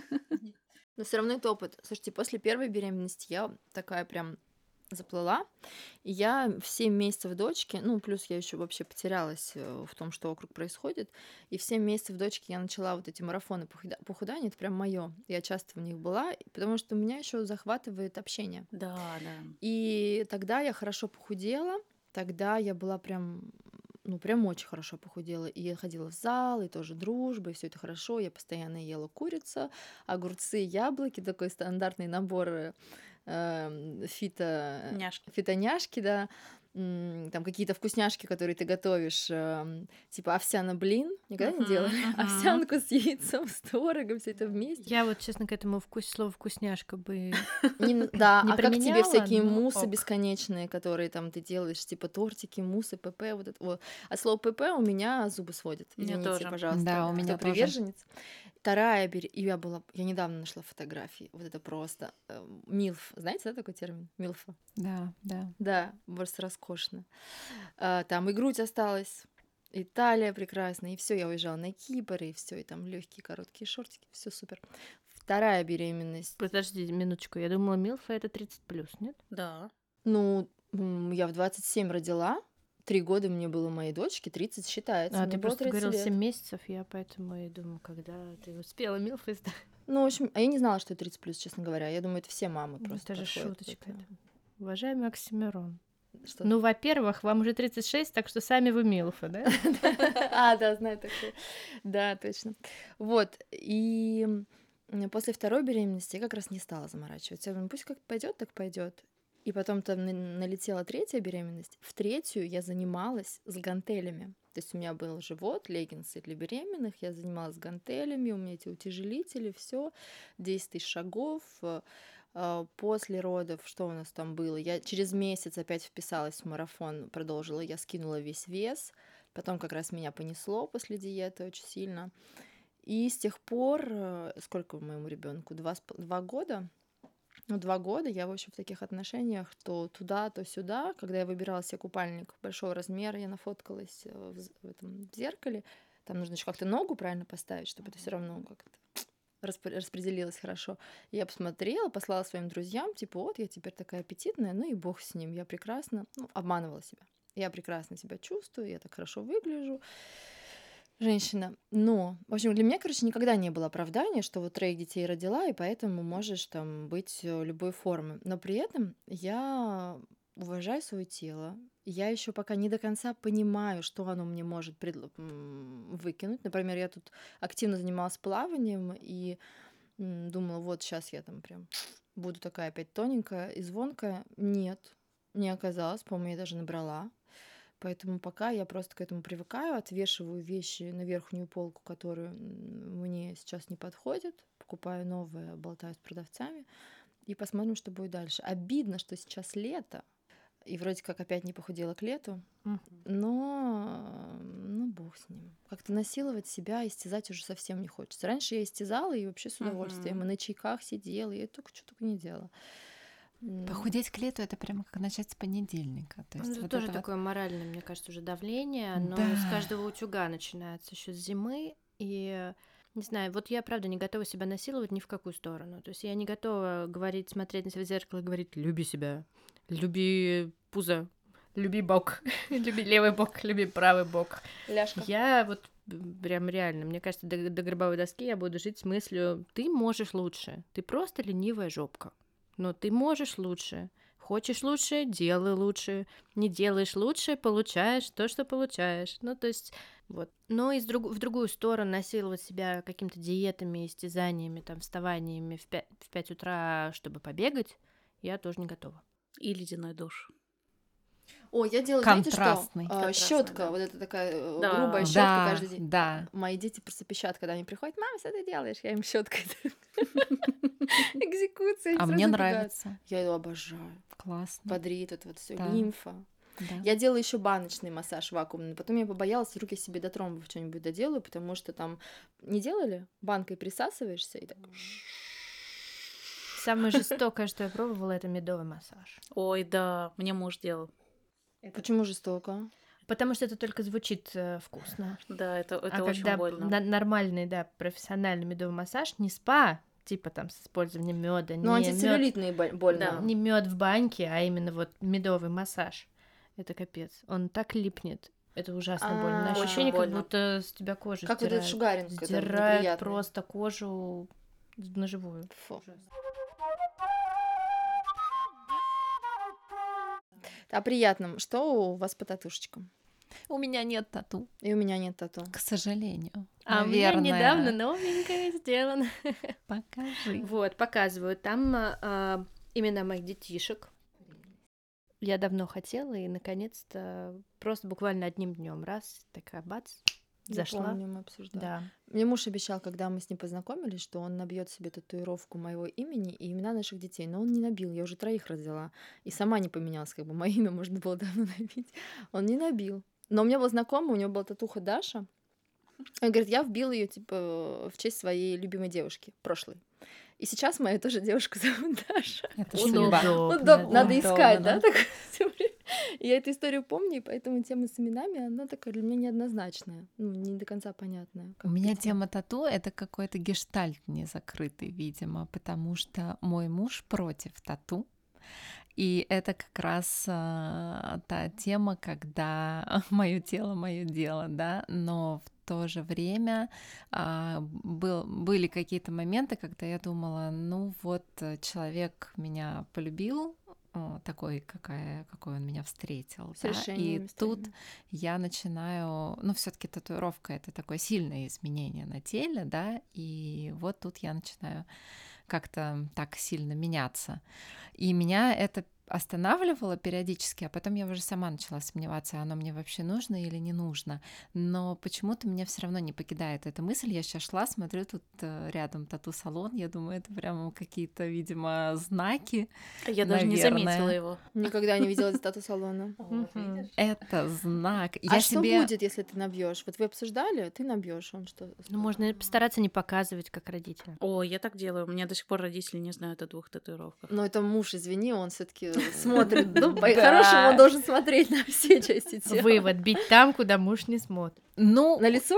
Но все равно это опыт. Слушайте, после первой беременности я такая прям заплыла. И я в семь месяцев дочки, ну, плюс я еще вообще потерялась э, в том, что вокруг происходит. И в семь месяцев дочки я начала вот эти марафоны похуда- похудания. Это прям мое. Я часто в них была, потому что меня еще захватывает общение. Да, да. И тогда я хорошо похудела. Тогда я была прям, ну, прям очень хорошо похудела. И я ходила в зал, и тоже дружба, и все это хорошо. Я постоянно ела курицу, огурцы, яблоки, такой стандартный набор э, эм, фито... Няшки. фитоняшки, да. М, Там какие-то вкусняшки, которые ты готовишь, эм, типа овсяный блин. Никогда не Мгм, делали? мгм. Овсянку с яйцом, с творогом, все это вместе. Я вот, честно, к этому вкус, слово вкусняшка бы... Не- да, Не а как тебе применяла, всякие но мусы ок. бесконечные, которые там ты делаешь, типа тортики, мусы, ПП, вот это вот. От слова ПП у меня зубы сводят. У меня Извините, тоже. пожалуйста, Да, у кто меня тоже. приверженец. Вторая бер- и я была, я недавно нашла фотографии, вот это просто э, милф, знаете, да, такой термин? Милфа. Да, да. Да, просто роскошно. А, там и грудь осталась, и талия прекрасная, и все, я уезжала на Кипр, и все, и там легкие короткие шортики, все супер. Вторая беременность. Подожди минуточку, я думала, Милфа это тридцать плюс, нет? Да. Ну, м, я в двадцать семь родила, три года мне было моей дочке, тридцать считается. А, мне ты было просто тридцать говорила лет. семь месяцев, я поэтому и думаю, когда ты успела Милфа издать. Ну, в общем, а я не знала, что тридцать плюс, честно говоря. Я думаю, это все мамы Ну, просто это же подходят под шуточка. это. это. Уважаемый Оксимирон. Что? Ну, во-первых, вам уже тридцать шесть, так что сами вы Милфа, да? А, да, знаю такое. Да, точно. Вот, и м, после второй беременности я как раз не стала заморачиваться. Я думаю, пусть как пойдет, так пойдет. И потом там на- налетела третья беременность. В третью я занималась с гантелями. То есть у меня был живот, леггинсы для беременных, я занималась гантелями, у меня эти утяжелители, все, десять тысяч шагов. э, а, После родов, что у нас там было? Я через месяц опять вписалась в марафон, продолжила, я скинула весь вес. Потом как раз меня понесло после диеты очень сильно. И с тех пор, э, сколько моему ребенку? Два, с пол- два года? Ну, два года я, в общем, в таких отношениях то туда, то сюда. Когда я выбирала себе купальник большого размера, я нафоткалась э, в, з- в этом зеркале. Там нужно еще как-то ногу правильно поставить, чтобы это все равно как-то распо- распределилось хорошо. И я посмотрела, послала своим друзьям, типа, вот, я теперь такая аппетитная, ну и бог с ним, я прекрасно, ну, обманывала себя. Я прекрасно себя чувствую, я так хорошо выгляжу, женщина. Но, в общем, для меня, короче, никогда не было оправдания, что вот троих детей родила, и поэтому можешь там быть э, любой формы. Но при этом я уважаю свое тело. Я еще пока не до конца понимаю, что оно мне может предло- м, выкинуть. Например, я тут активно занималась плаванием и м, думала, вот сейчас я там прям буду такая опять тоненькая и звонкая. Нет, не оказалось. По-моему, я даже набрала. Поэтому пока я просто к этому привыкаю, отвешиваю вещи на верхнюю полку, которые м, мне сейчас не подходят, покупаю новые, болтаю с продавцами и посмотрим, что будет дальше. Обидно, что сейчас лето, и вроде как опять не похудела к лету, Мгм. но ну бог с ним. Как-то насиловать себя, истязать уже совсем не хочется. Раньше я истязала и вообще с удовольствием, Мгм. и на чайках сидела, и я только что только не делала. М, Похудеть к лету — это прямо как начать с понедельника. То Ну, есть это вот тоже это вот... такое моральное, мне кажется, уже давление, оно Да. с каждого утюга начинается еще с зимы, и не знаю, вот я правда не готова себя насиловать ни в какую сторону. То есть я не готова говорить, смотреть на себя в зеркало и говорить: люби себя, люби пузо, люби бок, люби левый бок, люби правый бок. Ляжка. Я вот м, прям реально, мне кажется, до, до гробовой доски я буду жить с мыслью: ты можешь лучше, ты просто ленивая жопка, но ты можешь лучше. Хочешь лучше — делай лучше. Не делаешь лучше — получаешь то, что получаешь. Ну, то есть, вот. Но и с друг- в другую сторону насиловать себя какими-то диетами, истязаниями, там, вставаниями в пять, в пять утра, чтобы побегать, я тоже не готова. И ледяной душ. О, я делаю, знаете что? Контрастный. Контрастный, Щетка, да. вот эта такая э, Да. грубая щетка Да, каждый день. да. Мои дети просто пищат, когда они приходят: мам, что ты делаешь? Я им щеткой. Экзекуция, они А сразу мне убегают. нравится. Я ее обожаю. Классно. Бодрит, вот, вот все, Да. лимфа. Да. Я делала еще баночный массаж вакуумный. Потом я побоялась, вдруг я себе до тромбов что-нибудь доделаю, потому что там не делали? Банкой присасываешься и так. Самое жестокое, что я пробовала, это медовый массаж. Ой, да, мне муж делал. Почему жестоко? Потому что это только звучит э, вкусно. Да, это, это А очень когда больно. на- нормальный, да, профессиональный медовый массаж, не спа, типа там с использованием меда, Ну, не мед, антицеллюлитные боль- больно. Да. не мед в банке, а именно вот медовый массаж. Это капец. Он так липнет. Это ужасно больно. А, На очень ощущение, как больно. будто с тебя кожу Как вот этот стирают. шугаринг, когда Сдирают неприятный. просто кожу на живую. Фу. О приятном. Что у вас по татушечкам? У меня нет тату, И у меня нет тату. к сожалению. А у меня Наверное. недавно новенькое сделано. Покажи. Вот, показываю. Там а, а, имена моих детишек. Я давно хотела, и наконец-то просто буквально одним днем раз, такая бац, Я зашла. помню, мы обсуждали. Да. Мне муж обещал, когда мы с ним познакомились, что он набьет себе татуировку моего имени и имена наших детей, но он не набил, я уже троих родила, и сама не поменялась, как бы мое имя можно было давно набить. Он не набил. Но у меня был знакомый, у него была татуха Даша. Он говорит, я вбил ее типа в честь своей любимой девушки, прошлой. И сейчас мою тоже девушку зовут Даша. Это Удобно. судьба. Удобно, да. надо искать, Удобно, да? да. так всё время. Я эту историю помню, и поэтому тема с именами, она такая для меня неоднозначная, ну, не до конца понятная. У меня тема тату — это какой-то гештальт незакрытый, видимо, потому что мой муж против тату. И это как раз а, та тема, когда мое тело, мое дело, да, но в то же время а, был, были какие-то моменты, когда я думала, ну вот э, человек меня полюбил, о, такой, какая, какой он меня встретил, С да, и решениями тут своими. я начинаю, ну все-таки татуировка — это такое сильное изменение на теле, да, и вот тут я начинаю как-то так сильно меняться. И меня это останавливала периодически, а потом я уже сама начала сомневаться, оно мне вообще нужно или не нужно. Но почему-то меня все равно не покидает эта мысль. Я сейчас шла, смотрю, тут э, рядом тату-салон. Я думаю, это прямо какие-то, видимо, знаки. Я даже не наверное. заметила его. Никогда не видела тату-салона. Мгм. Это знак. А Я что себе... будет, если ты набьешь? Вот вы обсуждали, ты набьешь, он что? Ну, можно постараться не показывать, как родителям. О, я так делаю. У меня до сих пор родители не знают о двух татуировках. Но это муж, извини, он все-таки смотрит. Ну, Да. по-хорошему, он должен смотреть на все части тела. Вывод: бить там, куда муж не смотрит. Ну, На лицо?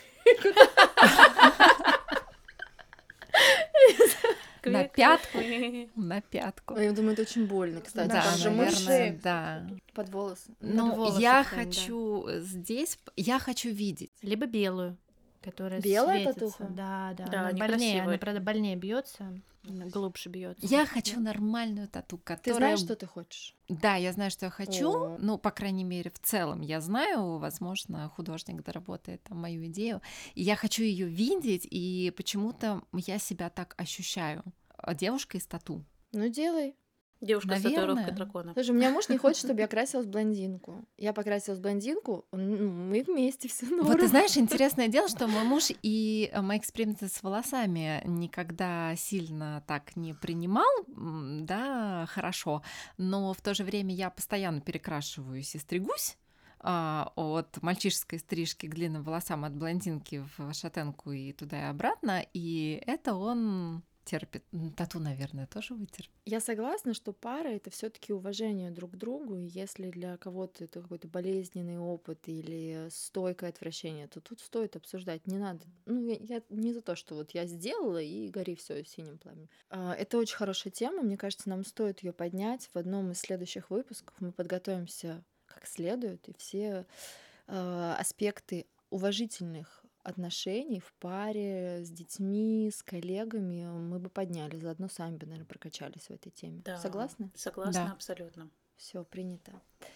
на Квик. пятку. На пятку. Я думаю, это очень больно, кстати. Да, Там же мышцы наверное, да. под волосы. Ну, волосы я прям, да. хочу здесь, я хочу видеть. Либо белую, которая Белая светится. татуха? Да, да. Да, она они больнее, она, красивые. правда, больнее бьется, глубже бьется. Я хочу нормальную тату, Ты которая... знаешь, что ты хочешь? Да, я знаю, что я хочу. О. Ну, по крайней мере, в целом я знаю. Возможно, художник доработает там мою идею. И я хочу ее видеть, и почему-то я себя так ощущаю. А девушка из тату. Ну, делай. Девушка с Наверное. татуировкой дракона. Слушай, у меня муж не хочет, чтобы я красилась в блондинку. Я покрасилась в блондинку, ну, мы вместе, все норм. Вот ты знаешь, интересное дело, что мой муж и э, мои эксперименты с волосами никогда сильно так не принимал, м, да, хорошо, но в то же время я постоянно перекрашиваюсь и стригусь, а, от мальчишеской стрижки к длинным волосам, от блондинки в шатенку и туда и обратно, и это он терпит. М, Тату, наверное, тоже вытерпит. Я согласна, что пара — это все таки уважение друг к другу, и если для кого-то это какой-то болезненный опыт или стойкое отвращение, то тут стоит обсуждать, не надо. Ну, я, я не за то, что вот я сделала и гори все синим пламенем. А, Это очень хорошая тема, мне кажется, нам стоит ее поднять. В одном из следующих выпусков мы подготовимся как следует, и все а, аспекты уважительных отношений в паре с детьми, с коллегами мы бы подняли, заодно сами бы, наверное, прокачались в этой теме. Да. Согласны? Согласна Да. абсолютно. Все, принято.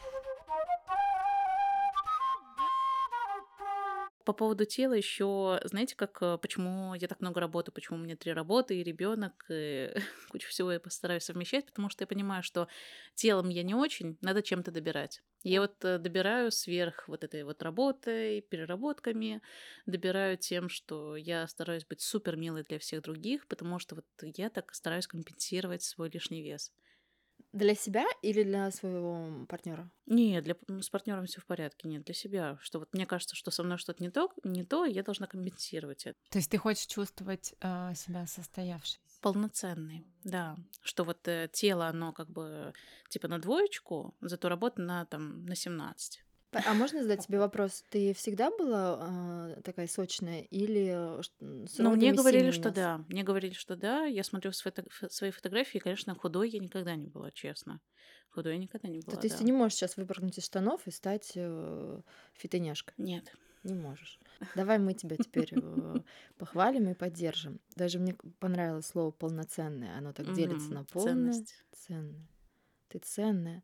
По поводу тела еще, знаете, как э, почему я так много работаю, почему у меня три работы и ребенок, и кучу всего я постараюсь совмещать, потому что я понимаю, что телом я не очень, надо чем-то добирать. Я вот э, добираю сверх вот этой вот работой, переработками, добираю тем, что я стараюсь быть супер милой для всех других, потому что вот я так стараюсь компенсировать свой лишний вес. Для себя или для своего партнера? Не, для, п- с партнером все в порядке, нет, для себя. Что вот мне кажется, что со мной что-то не то, не то, и я должна компенсировать это. То есть ты хочешь чувствовать э, себя состоявшейся? Полноценный, да. Что вот э, тело, оно как бы типа на двоечку, зато работа на там на семнадцать. П- А можно задать тебе вопрос? Ты всегда была а, такая сочная или э, ш- м, с Ну, мне родами говорили, сильно что менялся? да. Мне говорили, что да. Я смотрю с фото- ф- свои фотографии, и, конечно, худой я никогда не была, честно. Худой я никогда не То была, есть ты да. не можешь сейчас выпрыгнуть из штанов и стать э, фитоняшкой? Нет. Не можешь. Давай мы тебя теперь э, похвалим и поддержим. Даже мне к- понравилось слово полноценное. Оно так делится Мгм. на полное, Ценность. ценное. Ты ценная.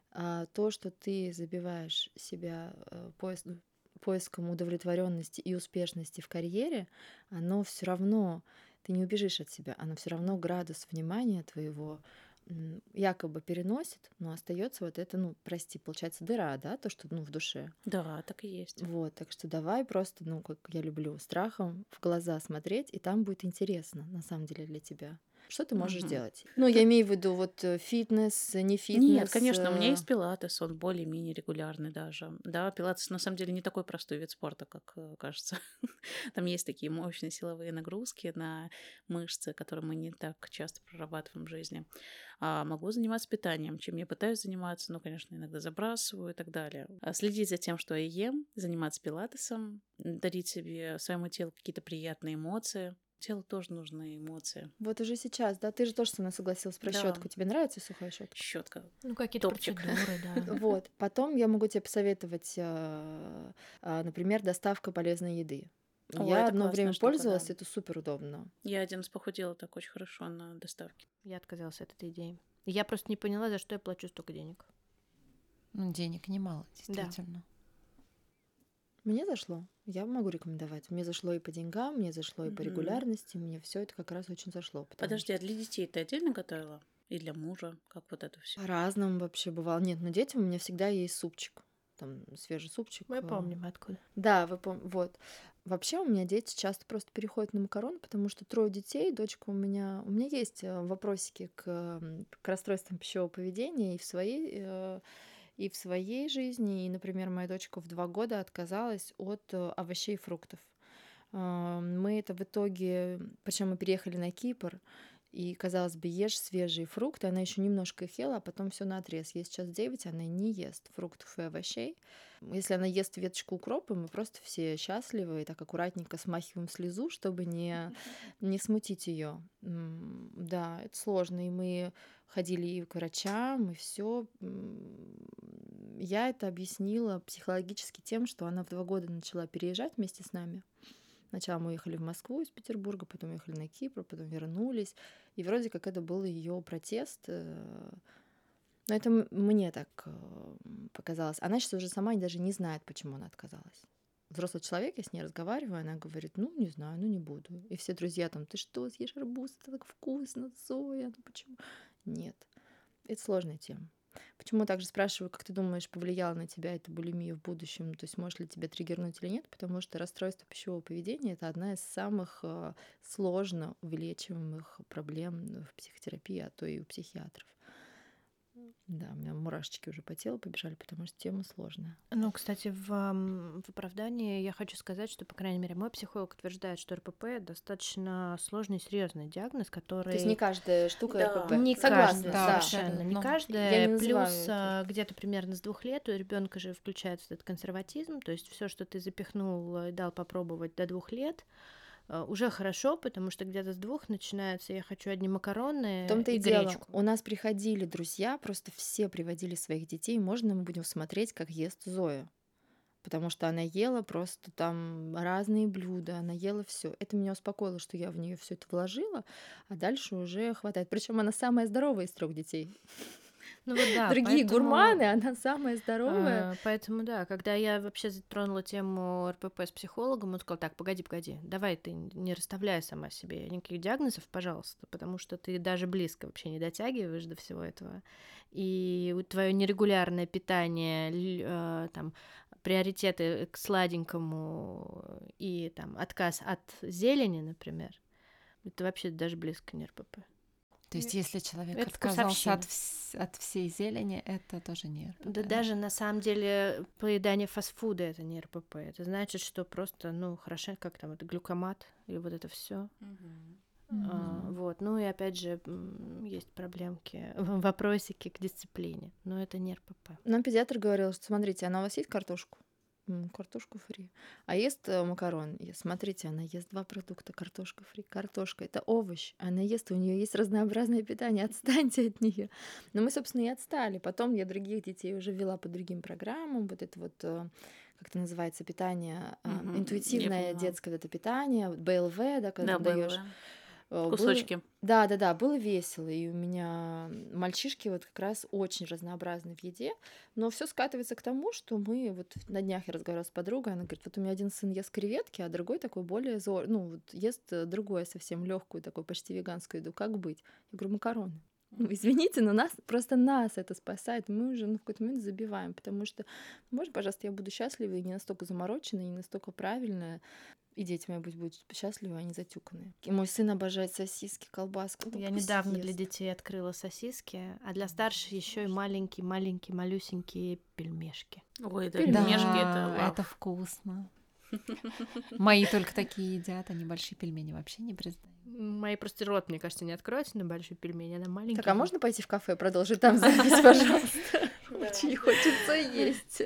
А то, что ты забиваешь себя э, поис- ну, поиском удовлетворенности и успешности в карьере, оно все равно, ты не убежишь от себя, оно все равно градус внимания твоего м, якобы переносит, но остается вот это, ну, прости, получается дыра, да, то, что, ну, в душе. Да, так и есть. Вот, так что давай просто, ну, как я люблю, страхом в глаза смотреть, и там будет интересно, на самом деле, для тебя. Что ты можешь Мгм. делать? Ну, я имею в виду вот э, фитнес, не фитнес. Нет, конечно, у меня э, есть пилатес, он более-менее регулярный даже. Да, пилатес на самом деле не такой простой вид спорта, как э, кажется. Там есть такие мощные силовые нагрузки на мышцы, которые мы не так часто прорабатываем в жизни. А могу заниматься питанием, чем я пытаюсь заниматься, но, конечно, иногда забрасываю и так далее. А следить за тем, что я ем, заниматься пилатесом, дарить себе, своему телу какие-то приятные эмоции. Телу тоже нужны эмоции. Вот уже сейчас, да? Ты же тоже со мной согласилась про Да. щетку. Тебе нравится сухая щетка? Щетка. Ну, какие-то Топчик. процедуры, да. Вот. Потом я могу тебе посоветовать, э, а, например, доставка полезной еды. О, Я это одно классная время штука, пользовалась, да. это супер удобно. Я один раз похудела так очень хорошо на доставке. Я отказалась от этой идеи. Я просто не поняла, за что я плачу столько денег. Ну, денег немало, Да. действительно. Мне зашло. Я могу рекомендовать. Мне зашло и по деньгам, мне зашло и по Мгм. регулярности. Мне все это как раз очень зашло. потому Подожди, а что- для детей ты отдельно готовила? И для мужа, как вот это все. По-разному вообще бывало. Нет, но детям у меня всегда есть супчик. Там свежий супчик. Мы э, помним откуда. Да, вы пом... вот. Вообще у меня дети часто просто переходят на макароны, потому что трое детей, дочка у меня... У меня есть э, вопросики к, м, к расстройствам пищевого поведения и в своей, э, и в своей жизни. И, например, моя дочка в два года отказалась от э, овощей и фруктов. А, Мы это в итоге... Причем мы переехали на Кипр, и, казалось бы, ешь свежие фрукты. Она еще немножко их ела, а потом все наотрез. Ей сейчас девять, она не ест фруктов и овощей. Если она ест веточку укропа, мы просто все счастливы и так аккуратненько смахиваем слезу, чтобы не, не смутить ее. Да, это сложно. И мы ходили и к врачам, и все. Я это объяснила психологически тем, что она в два года начала переезжать вместе с нами. Сначала мы уехали в Москву из Петербурга, потом уехали на Кипр, потом вернулись. И вроде как это был ее протест. э, Но это м- мне так э, показалось. Она сейчас уже сама даже не знает, почему она отказалась. Взрослый человек, я с ней разговариваю, она говорит, ну, не знаю, ну, не буду. И все друзья там, ты что, съешь арбуз, это так вкусно, соя, ну почему? Нет, это сложная тема. Почему также спрашиваю, как ты думаешь, повлияла на тебя эта булимия в будущем? То есть может ли тебя триггернуть или нет? Потому что расстройство пищевого поведения — это одна из самых э, сложно вылечиваемых проблем в психотерапии, а то и у психиатров. Да, у меня мурашечки уже по телу побежали, потому что тема сложная. Ну, кстати, в, ам, в оправдании я хочу сказать, что, по крайней мере, мой психолог утверждает, что РПП достаточно сложный и серьезный диагноз, То есть не который каждая штука Да. РПП. не Согласна, каждая, да. совершенно не абсолютно. Я каждая. не называю Плюс это. а, где-то примерно с двух лет у ребенка же включается этот консерватизм, то есть все, что ты запихнул и дал попробовать до двух лет, а, уже хорошо, потому что где-то с двух начинается «я хочу одни В макароны том-то и и дело. гречку». У нас приходили друзья, просто все приводили своих детей. Можно мы будем смотреть, как ест Зоя? Потому что она ела просто там разные блюда, она ела все. Это меня успокоило, что я в нее все это вложила, а дальше уже хватает. Причем она самая здоровая из трех детей. Ну вот да, Другие поэтому... гурманы, она самая здоровая. А, Поэтому да, когда я вообще затронула тему РПП с психологом, он сказал, так, погоди, погоди, давай ты не расставляй сама себе никаких диагнозов, пожалуйста, потому что ты даже близко вообще не дотягиваешь до всего этого. И твое нерегулярное питание, ль- э, там, приоритеты к сладенькому и там отказ от зелени, например, это вообще даже близко не РПП. То есть, если человек Это отказался от, вкусовщина. вс- от всей зелени, это тоже не РПП. Да даже на самом деле поедание фастфуда это не РПП. Это значит, что просто, ну, хорошо, как там, это глюкомат и вот это все. Мгм. Вот. Ну и опять же, м, есть проблемки, вопросики к дисциплине. Но это не РПП. Нам педиатр говорил, что смотрите, она у вас ест картошку? М, Картошку фри. А ест э, макарон? И смотрите, она ест два продукта. Картошка фри. Картошка — это овощ. Она ест, у нее есть разнообразное питание. Отстаньте от нее. Но мы, собственно, и отстали. Потом я других детей уже ввела по другим программам. Вот это вот, э, как это называется, питание, э, Мгм, я интуитивное поняла. детское вот это питание, вот бэ эл вэ, да, когда Да, ты даешь. было. Было, Кусочки. да, да, да, было весело, и у меня мальчишки вот как раз очень разнообразны в еде, но все скатывается к тому, что мы вот на днях я разговаривала с подругой, она говорит, вот у меня один сын ест креветки, а другой такой более зор, ну вот ест э, другое совсем легкую такую почти веганскую еду, как быть? Я говорю, макароны. Ну, извините, но нас просто нас это спасает. Мы уже ну, в какой-то момент забиваем, потому что, можно, пожалуйста, я буду счастлива и не настолько замороченная, и не настолько правильная. И дети мои пусть будут счастливы, а не затюканные. И мой сын обожает сосиски, колбаску. Ну, Я пусть недавно для ест. детей открыла сосиски, а для старших еще и маленькие-маленькие малюсенькие пельмешки. Ой, да, Пельмешки. пельмешки это Да, лав. это вкусно. Мои только такие едят, они большие пельмени вообще не признают. Мои просто рот, мне кажется, не откроется на большой пельмени, она маленькая. Так, а можно пойти в кафе, продолжить там запись, пожалуйста? Очень хочется есть.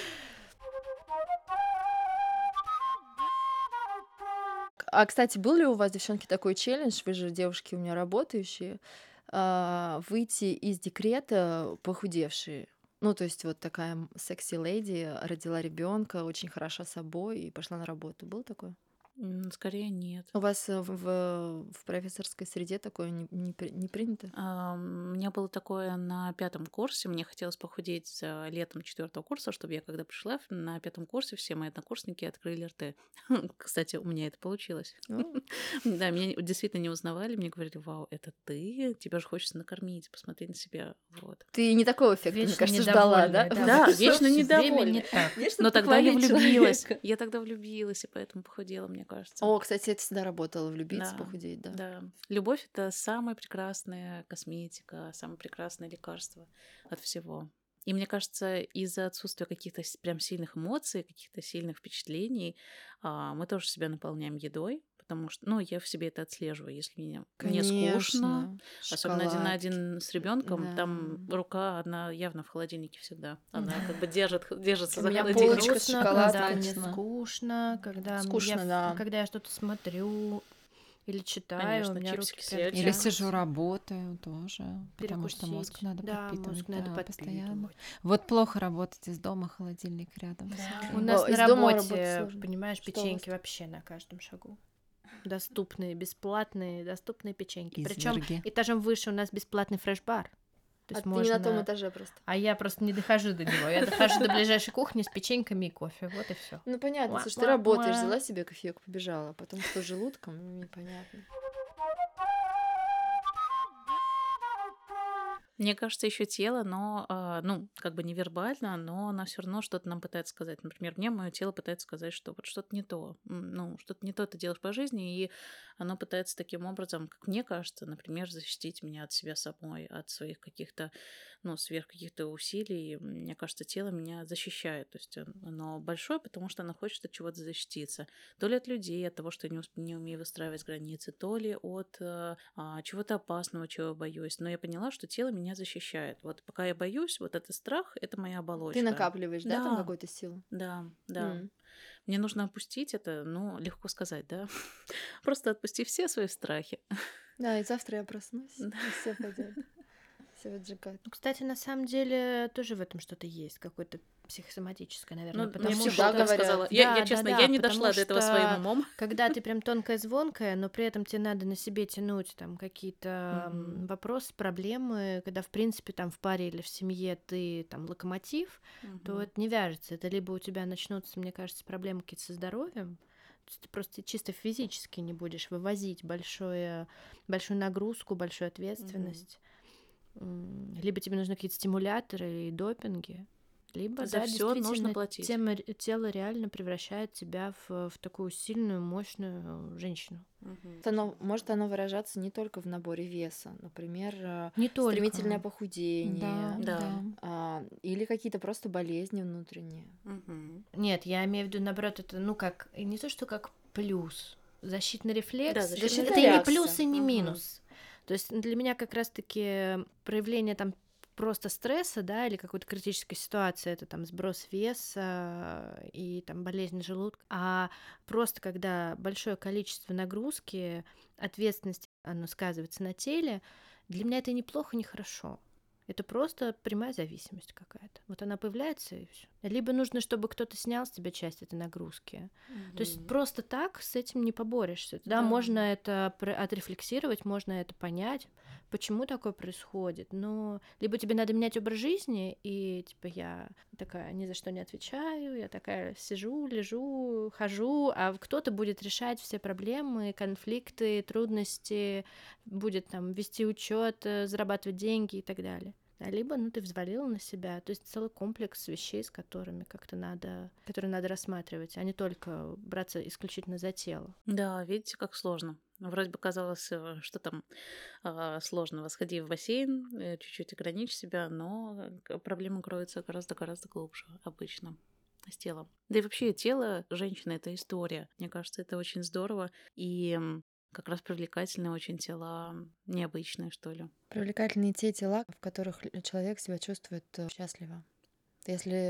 А, кстати, был ли у вас, девчонки, такой челлендж, вы же девушки у меня работающие, а, выйти из декрета похудевшие? Ну, то есть вот такая м, секси-леди родила ребенка, очень хороша собой и пошла на работу. Было такое? М, Скорее нет. У вас э, в, в, в профессорской среде такое не, не, при- не принято? А, У меня было такое на пятом курсе. Мне хотелось похудеть за летом четвертого курса, чтобы я, когда пришла на пятом курсе, все мои однокурсники открыли рты. Кстати, у меня это получилось. Ну, Да, меня действительно не узнавали. Мне говорили: вау, это ты? Тебя же хочется накормить, посмотреть на себя. Вот. ты не такого эффекта, мне Вечно кажется, ждала, да? недовольная, Да, вот всё вечно всё время недовольная. не так. Видишь, Но чтобы тогда я похвалить влюбилась. человека. Я тогда влюбилась, и поэтому похудела, мне кажется. О, кстати, это всегда работало, влюбиться, Да, похудеть, да. да. Любовь — это самая прекрасная косметика, самое прекрасное лекарство от всего. И мне кажется, из-за отсутствия каких-то с- прям сильных эмоций, каких-то сильных впечатлений, а, мы тоже себя наполняем едой, потому что, ну, я в себе это отслеживаю. Если мне, мне скучно, Конечно, особенно один на шоколадки. один с ребенком, Да. там рука одна явно в холодильнике всегда. Она как бы держит, держится У за меня холодильник. полочка с Грустно, когда шоколадкой. мне Точно. скучно, когда м, Скучно, я, да. ф- когда я что-то смотрю или читаю, Конечно, у меня чипсики руки прям съесть. Или тянутся сижу, работаю тоже, потому что мозг перекусить. надо Да, подпитывать, мозг надо да, постоянно. подпитывать. Вот плохо работать из дома, холодильник рядом. У всё-таки. нас О, на из дома работать работе, сложно. понимаешь, Что у печеньки вас? вообще на каждом шагу. Доступные, бесплатные, доступные печеньки. Причем Изверги. этажом выше у нас бесплатный фреш-бар. То А есть ты не на том можно... этаже просто. А я просто не дохожу до него. Я дохожу до ближайшей кухни с печеньками и кофе. Вот и все. Ну, понятно, Уа, слушай, ты уа, работаешь, уа. взяла себе кофеек, побежала, а потом что с желудком, ну, непонятно. Мне кажется, еще тело, но, а, ну, как бы невербально, но она все равно что-то нам пытается сказать. Например, мне мое тело пытается сказать, что вот что-то не то, м, ну, что-то не то ты делаешь по жизни, и оно пытается таким образом, как мне кажется, например, защитить меня от себя самой, от своих каких-то, ну, сверх каких-то усилий. Мне кажется, тело меня защищает. То есть он- оно большое, потому что оно хочет от чего-то защититься. То ли от людей, от того, что я не, усп- не умею выстраивать границы, то ли от э, а, чего-то опасного, чего я боюсь. Но я поняла, что тело меня защищает. Вот пока я боюсь, вот этот страх — это моя оболочка. Ты накапливаешь, да, там Да, какую-то силу? да, да. М. Мне нужно опустить это, ну, легко сказать, да? Просто отпусти все свои страхи. Да, и завтра я проснусь, Да. и все пойдет. Все выджигает. Ну, кстати, на самом деле тоже в этом что-то есть, какое-то психосоматическое, наверное, Ну, мне потому всегда всегда что... говорят. сказала. Я, я Да, честно, да, я да, не дошла потому до этого своим что умом. когда ты прям тонкая-звонкая, но при этом тебе надо на себе тянуть там какие-то м, Мгм. вопросы, проблемы, когда, в принципе, там в паре или в семье ты там локомотив, то Мгм. это не вяжется. Это либо у тебя начнутся, мне кажется, проблемы какие-то со здоровьем, то есть ты просто чисто физически не будешь вывозить большое, большую нагрузку, большую Мгм. ответственность. М, Либо тебе нужны какие-то стимуляторы и допинги, либо, За да, все нужно действительно, платить. тема, ре- тело реально превращает тебя в, в такую сильную, мощную женщину. Мгм. Оно, может оно выражаться не только в наборе веса, например, э, Не стремительное только. похудение, Да. Да. а, или какие-то просто болезни внутренние. Мгм. Нет, я имею в виду, наоборот, это, ну, как, и не то, что как плюс. Защитный рефлекс. Да, защитный Защитная Это и не реакция. плюс, и не Мгм. минус. То есть для меня как раз-таки проявление там просто стресса, да, или какой-то критической ситуации, это там сброс веса и там болезнь желудка, а просто когда большое количество нагрузки, ответственности, оно сказывается на теле, для меня это неплохо, не хорошо. Это просто прямая зависимость какая-то. Вот она появляется и все. Либо нужно, чтобы кто-то снял с тебя часть этой нагрузки. То есть Мгм. просто так с этим не поборешься. Да, Да. можно это пр- отрефлексировать, можно это понять, почему такое происходит. Но либо тебе надо менять образ жизни, и типа я такая ни за что не отвечаю, я такая сижу, лежу, хожу, а кто-то будет решать все проблемы, конфликты, трудности, будет там вести учет, зарабатывать деньги и так далее. Да, либо, ну, ты взвалила на себя. То есть целый комплекс вещей, с которыми как-то надо, которые надо рассматривать, а не только браться исключительно за тело. Да, видите, как сложно. Вроде бы казалось, э, что там а, сложного. Сходи в бассейн, э, чуть-чуть ограничь себя, но к- проблема кроется гораздо-гораздо глубже обычно с телом. Да и вообще тело женщины — это история. Мне кажется, это очень здорово. И м, как раз привлекательные очень тела, необычные, что ли. Привлекательные те тела, в которых л- человек себя чувствует э, счастливо. Если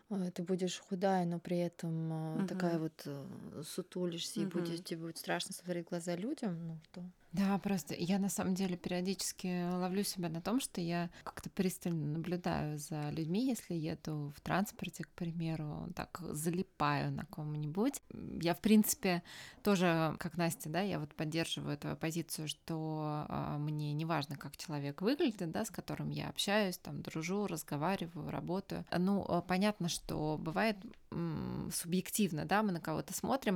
э, ты будешь худая, но при этом э, такая Мгм. вот э, сутулишься, и будет, Мгм. тебе будет страшно смотреть в глаза людям, ну, то... Да, просто я на самом деле периодически ловлю себя на том, что я как-то пристально наблюдаю за людьми, если еду в транспорте, к примеру, так залипаю на ком-нибудь. М, Я, в принципе, тоже, как Настя, да, я вот поддерживаю твою позицию, что а, мне не важно, как человек выглядит, да, с которым я общаюсь, там, дружу, разговариваю, работаю. Ну, а, понятно, что бывает м, субъективно, да, мы на кого-то смотрим,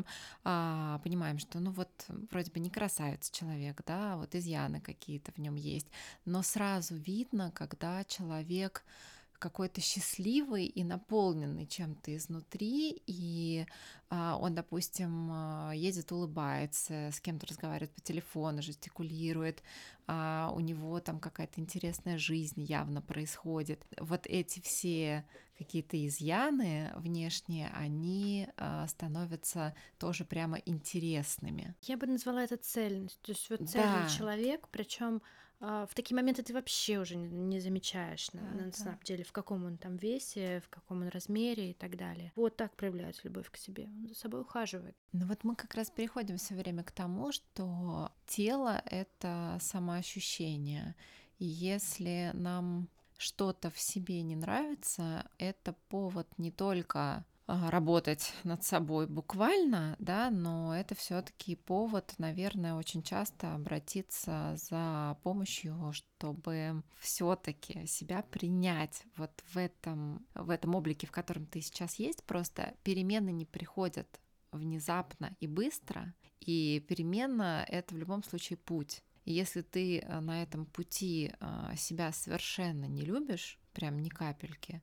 а, понимаем, что ну вот вроде бы не красавец человек, да, вот изъяны какие-то в нем есть, но сразу видно, когда человек какой-то счастливый и наполненный чем-то изнутри, и а, он, допустим, а, едет, улыбается, с кем-то разговаривает по телефону, жестикулирует, а, у него там какая-то интересная жизнь явно происходит. Вот эти все какие-то изъяны внешние, они а, становятся тоже прямо интересными. Я бы назвала это цельность. То есть вот Да, цельный человек, причем в такие моменты ты вообще уже не, не замечаешь на, да, на да. самом деле, в каком он там весе, в каком он размере и так далее. Вот так проявляется любовь к себе. Он за собой ухаживает. Ну вот мы как раз переходим все время к тому, что тело — это самоощущение. И если нам что-то в себе не нравится, это повод не только а, работать над собой буквально, да, но это все-таки повод, наверное, очень часто обратиться за помощью, чтобы все-таки себя принять вот в этом, в этом облике, в котором ты сейчас есть. Просто перемены не приходят внезапно и быстро, и перемена — это в любом случае путь. И если ты э, на этом пути э, себя совершенно не любишь, прям ни капельки,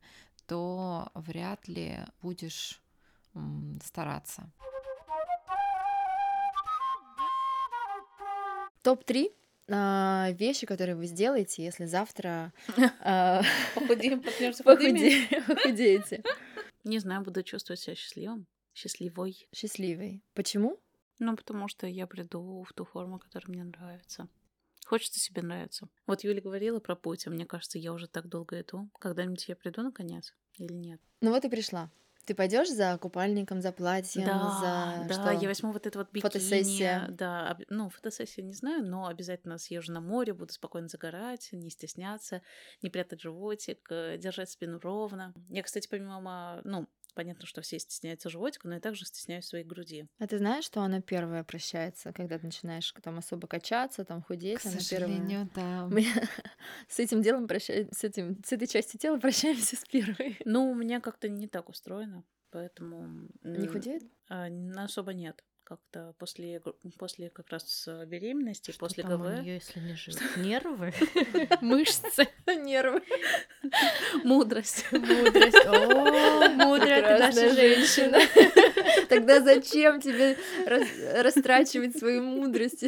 то вряд ли будешь м, стараться. Топ-три а, вещи, которые вы сделаете, если завтра а, Похудеем, проснемся худыми. похуде- похудеете. Не знаю, буду чувствовать себя счастливым, счастливой. Счастливой. Почему? Ну, потому что я приду в ту форму, которая мне нравится. Хочется себе нравиться. Вот Юля говорила про путь, а мне кажется, я уже так долго иду. Когда-нибудь я приду наконец или нет? Ну вот и пришла. Ты пойдешь за купальником, за платьем, Да, за да, я что? возьму вот это вот бикини. Фотосессия. Да, об- ну, фотосессию не знаю, но обязательно съезжу на море, буду спокойно загорать, не стесняться, не прятать животик, э, держать спину ровно. Я, кстати, помимо, ну, понятно, что все стесняются животика, но я также стесняюсь своей груди. А ты знаешь, что она первая прощается, когда ты начинаешь там особо качаться, там К худеть, она первая. сожалению, да. Мы с этим делом прощаемся, с этим, с этой частью тела прощаемся с первой. Ну, у меня как-то не так устроено, поэтому Не м, худеет? а, н- особо нет. Как-то после, гру- после как раз э, беременности, Что после там у ГВ, нее, если не жив? Нервы, мышцы, Нервы. мудрость. мудрость. О, мудрая ты наша Прекрасная женщина. Тогда зачем тебе рас- растрачивать свою мудрость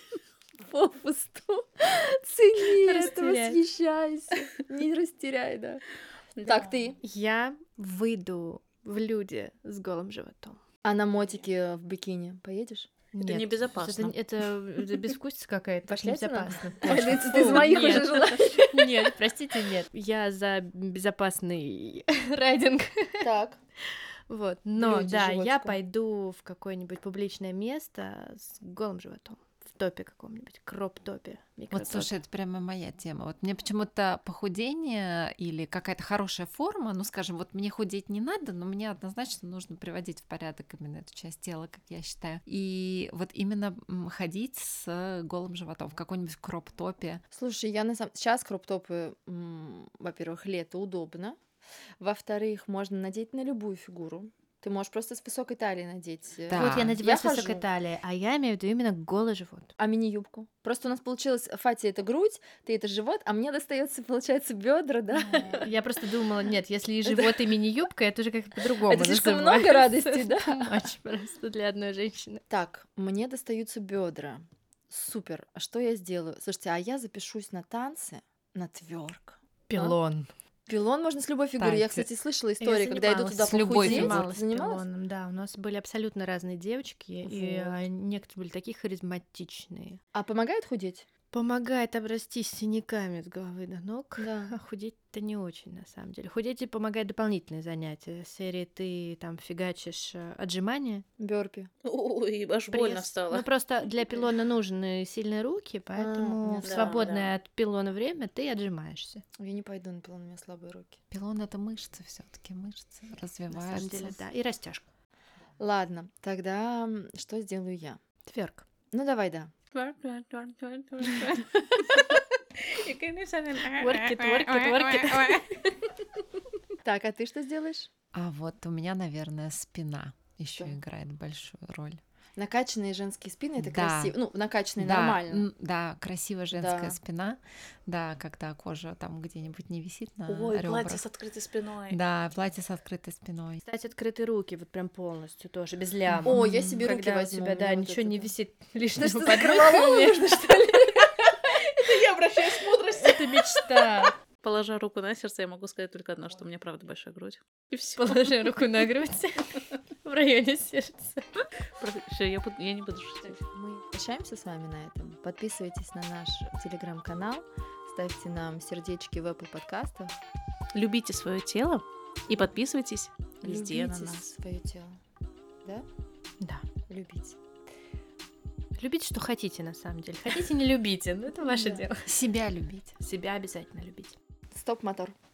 попусту? Цени это, Растерять. восхищайся. Не растеряй, да. Так, ты. Я выйду в люди с голым животом. А на мотике в бикини поедешь? Это Нет, небезопасно. Это, это, это безвкусица какая-то. Пошли отсюда. Небезопасно. Ты Фу, ты из моих нет. уже желаешь. Нет, простите, нет. Я за безопасный райдинг. Так. Вот. Но Люди с да, я животиком. пойду в какое-нибудь публичное место с голым животом. В топе каком-нибудь, кроп-топе. Вот, микротопе. слушай, это прямо моя тема. Вот мне почему-то похудение или какая-то хорошая форма, ну, скажем, вот мне худеть не надо, но мне однозначно нужно приводить в порядок именно эту часть тела, как я считаю. И вот именно м, ходить с голым животом в какой-нибудь кроп-топе. Слушай, я на самом... Сейчас кроп-топы, м, во-первых, лето удобно. Во-вторых, можно надеть на любую фигуру. Ты можешь просто с высокой талией надеть. э, Да. Вот я Я надеваю с хожу. высокой талией, а я имею в виду именно голый живот. А мини-юбку. Просто у нас получилось, Фати это грудь, ты это живот, а мне достается, получается, бедра, да? Я просто думала, нет, если и живот, и мини-юбка, это уже как-то по-другому Это слишком называется. много радости, да? Too much просто для одной женщины. Так, мне достаются бедра. Супер. А что я сделаю? Слушайте, а я запишусь на танцы, на тверк. Пилон. Пилон можно с любой фигурой. Я, Танцы. кстати, слышала историю, когда иду занималась туда с любой похудеть. фигурой. занималась Ты занималась? пилоном, да. У нас были абсолютно разные девочки, и Вот. а, некоторые были такие харизматичные. А помогает худеть? помогает обрастись синяками с головы до ног. Да. А худеть-то не очень, на самом деле. Худеть тебе помогает дополнительные занятия. Серии ты там фигачишь э, отжимания. Бёрпи. Ой, аж больно пресс. стало. Ну, просто для пилона нужны сильные руки, у поэтому меня в да, свободное от пилона время ты отжимаешься. Я не пойду на пилон, у меня слабые руки. Пилон — это мышцы все таки мышцы На развиваются. самом деле, да. И растяжка. Ладно, тогда м, что сделаю я? Тверк. Ну давай, да. Work it, work it, work it. Так, а ты что сделаешь? А вот у меня, наверное, спина еще Что? играет большую роль. Накачанные женские спины это Да. красиво. Ну, накачанные Да, нормально. м, да, красивая женская Да. спина, да, когда кожа там где-нибудь не висит на Ой, ребрах. платье с открытой спиной. Да, платье с открытой спиной. Кстати, открытые руки, вот прям полностью тоже, без ляма. О, я себе руки Когда у возьму. тебя, у да, меня вот ничего это не да. висит Ну лишнего что, под за голову руками. нужно, что ли? Это я обращаюсь в мудрость. Это мечта. Положа руку на сердце, я могу сказать только одно, что у меня правда большая грудь. И все. Положи руку на грудь в районе сердца. Все, я, буду- я не буду шутить. Мы прощаемся с вами на этом. Подписывайтесь на наш телеграм-канал, ставьте нам сердечки в Apple подкастах. Любите свое тело и подписывайтесь везде на Любите нас. свое тело. Да? Да. Любите. Любите, что хотите, на самом деле. Хотите, не любите. Ну, это ваше Да. дело. Себя любить. Себя обязательно любите. Стоп, мотор.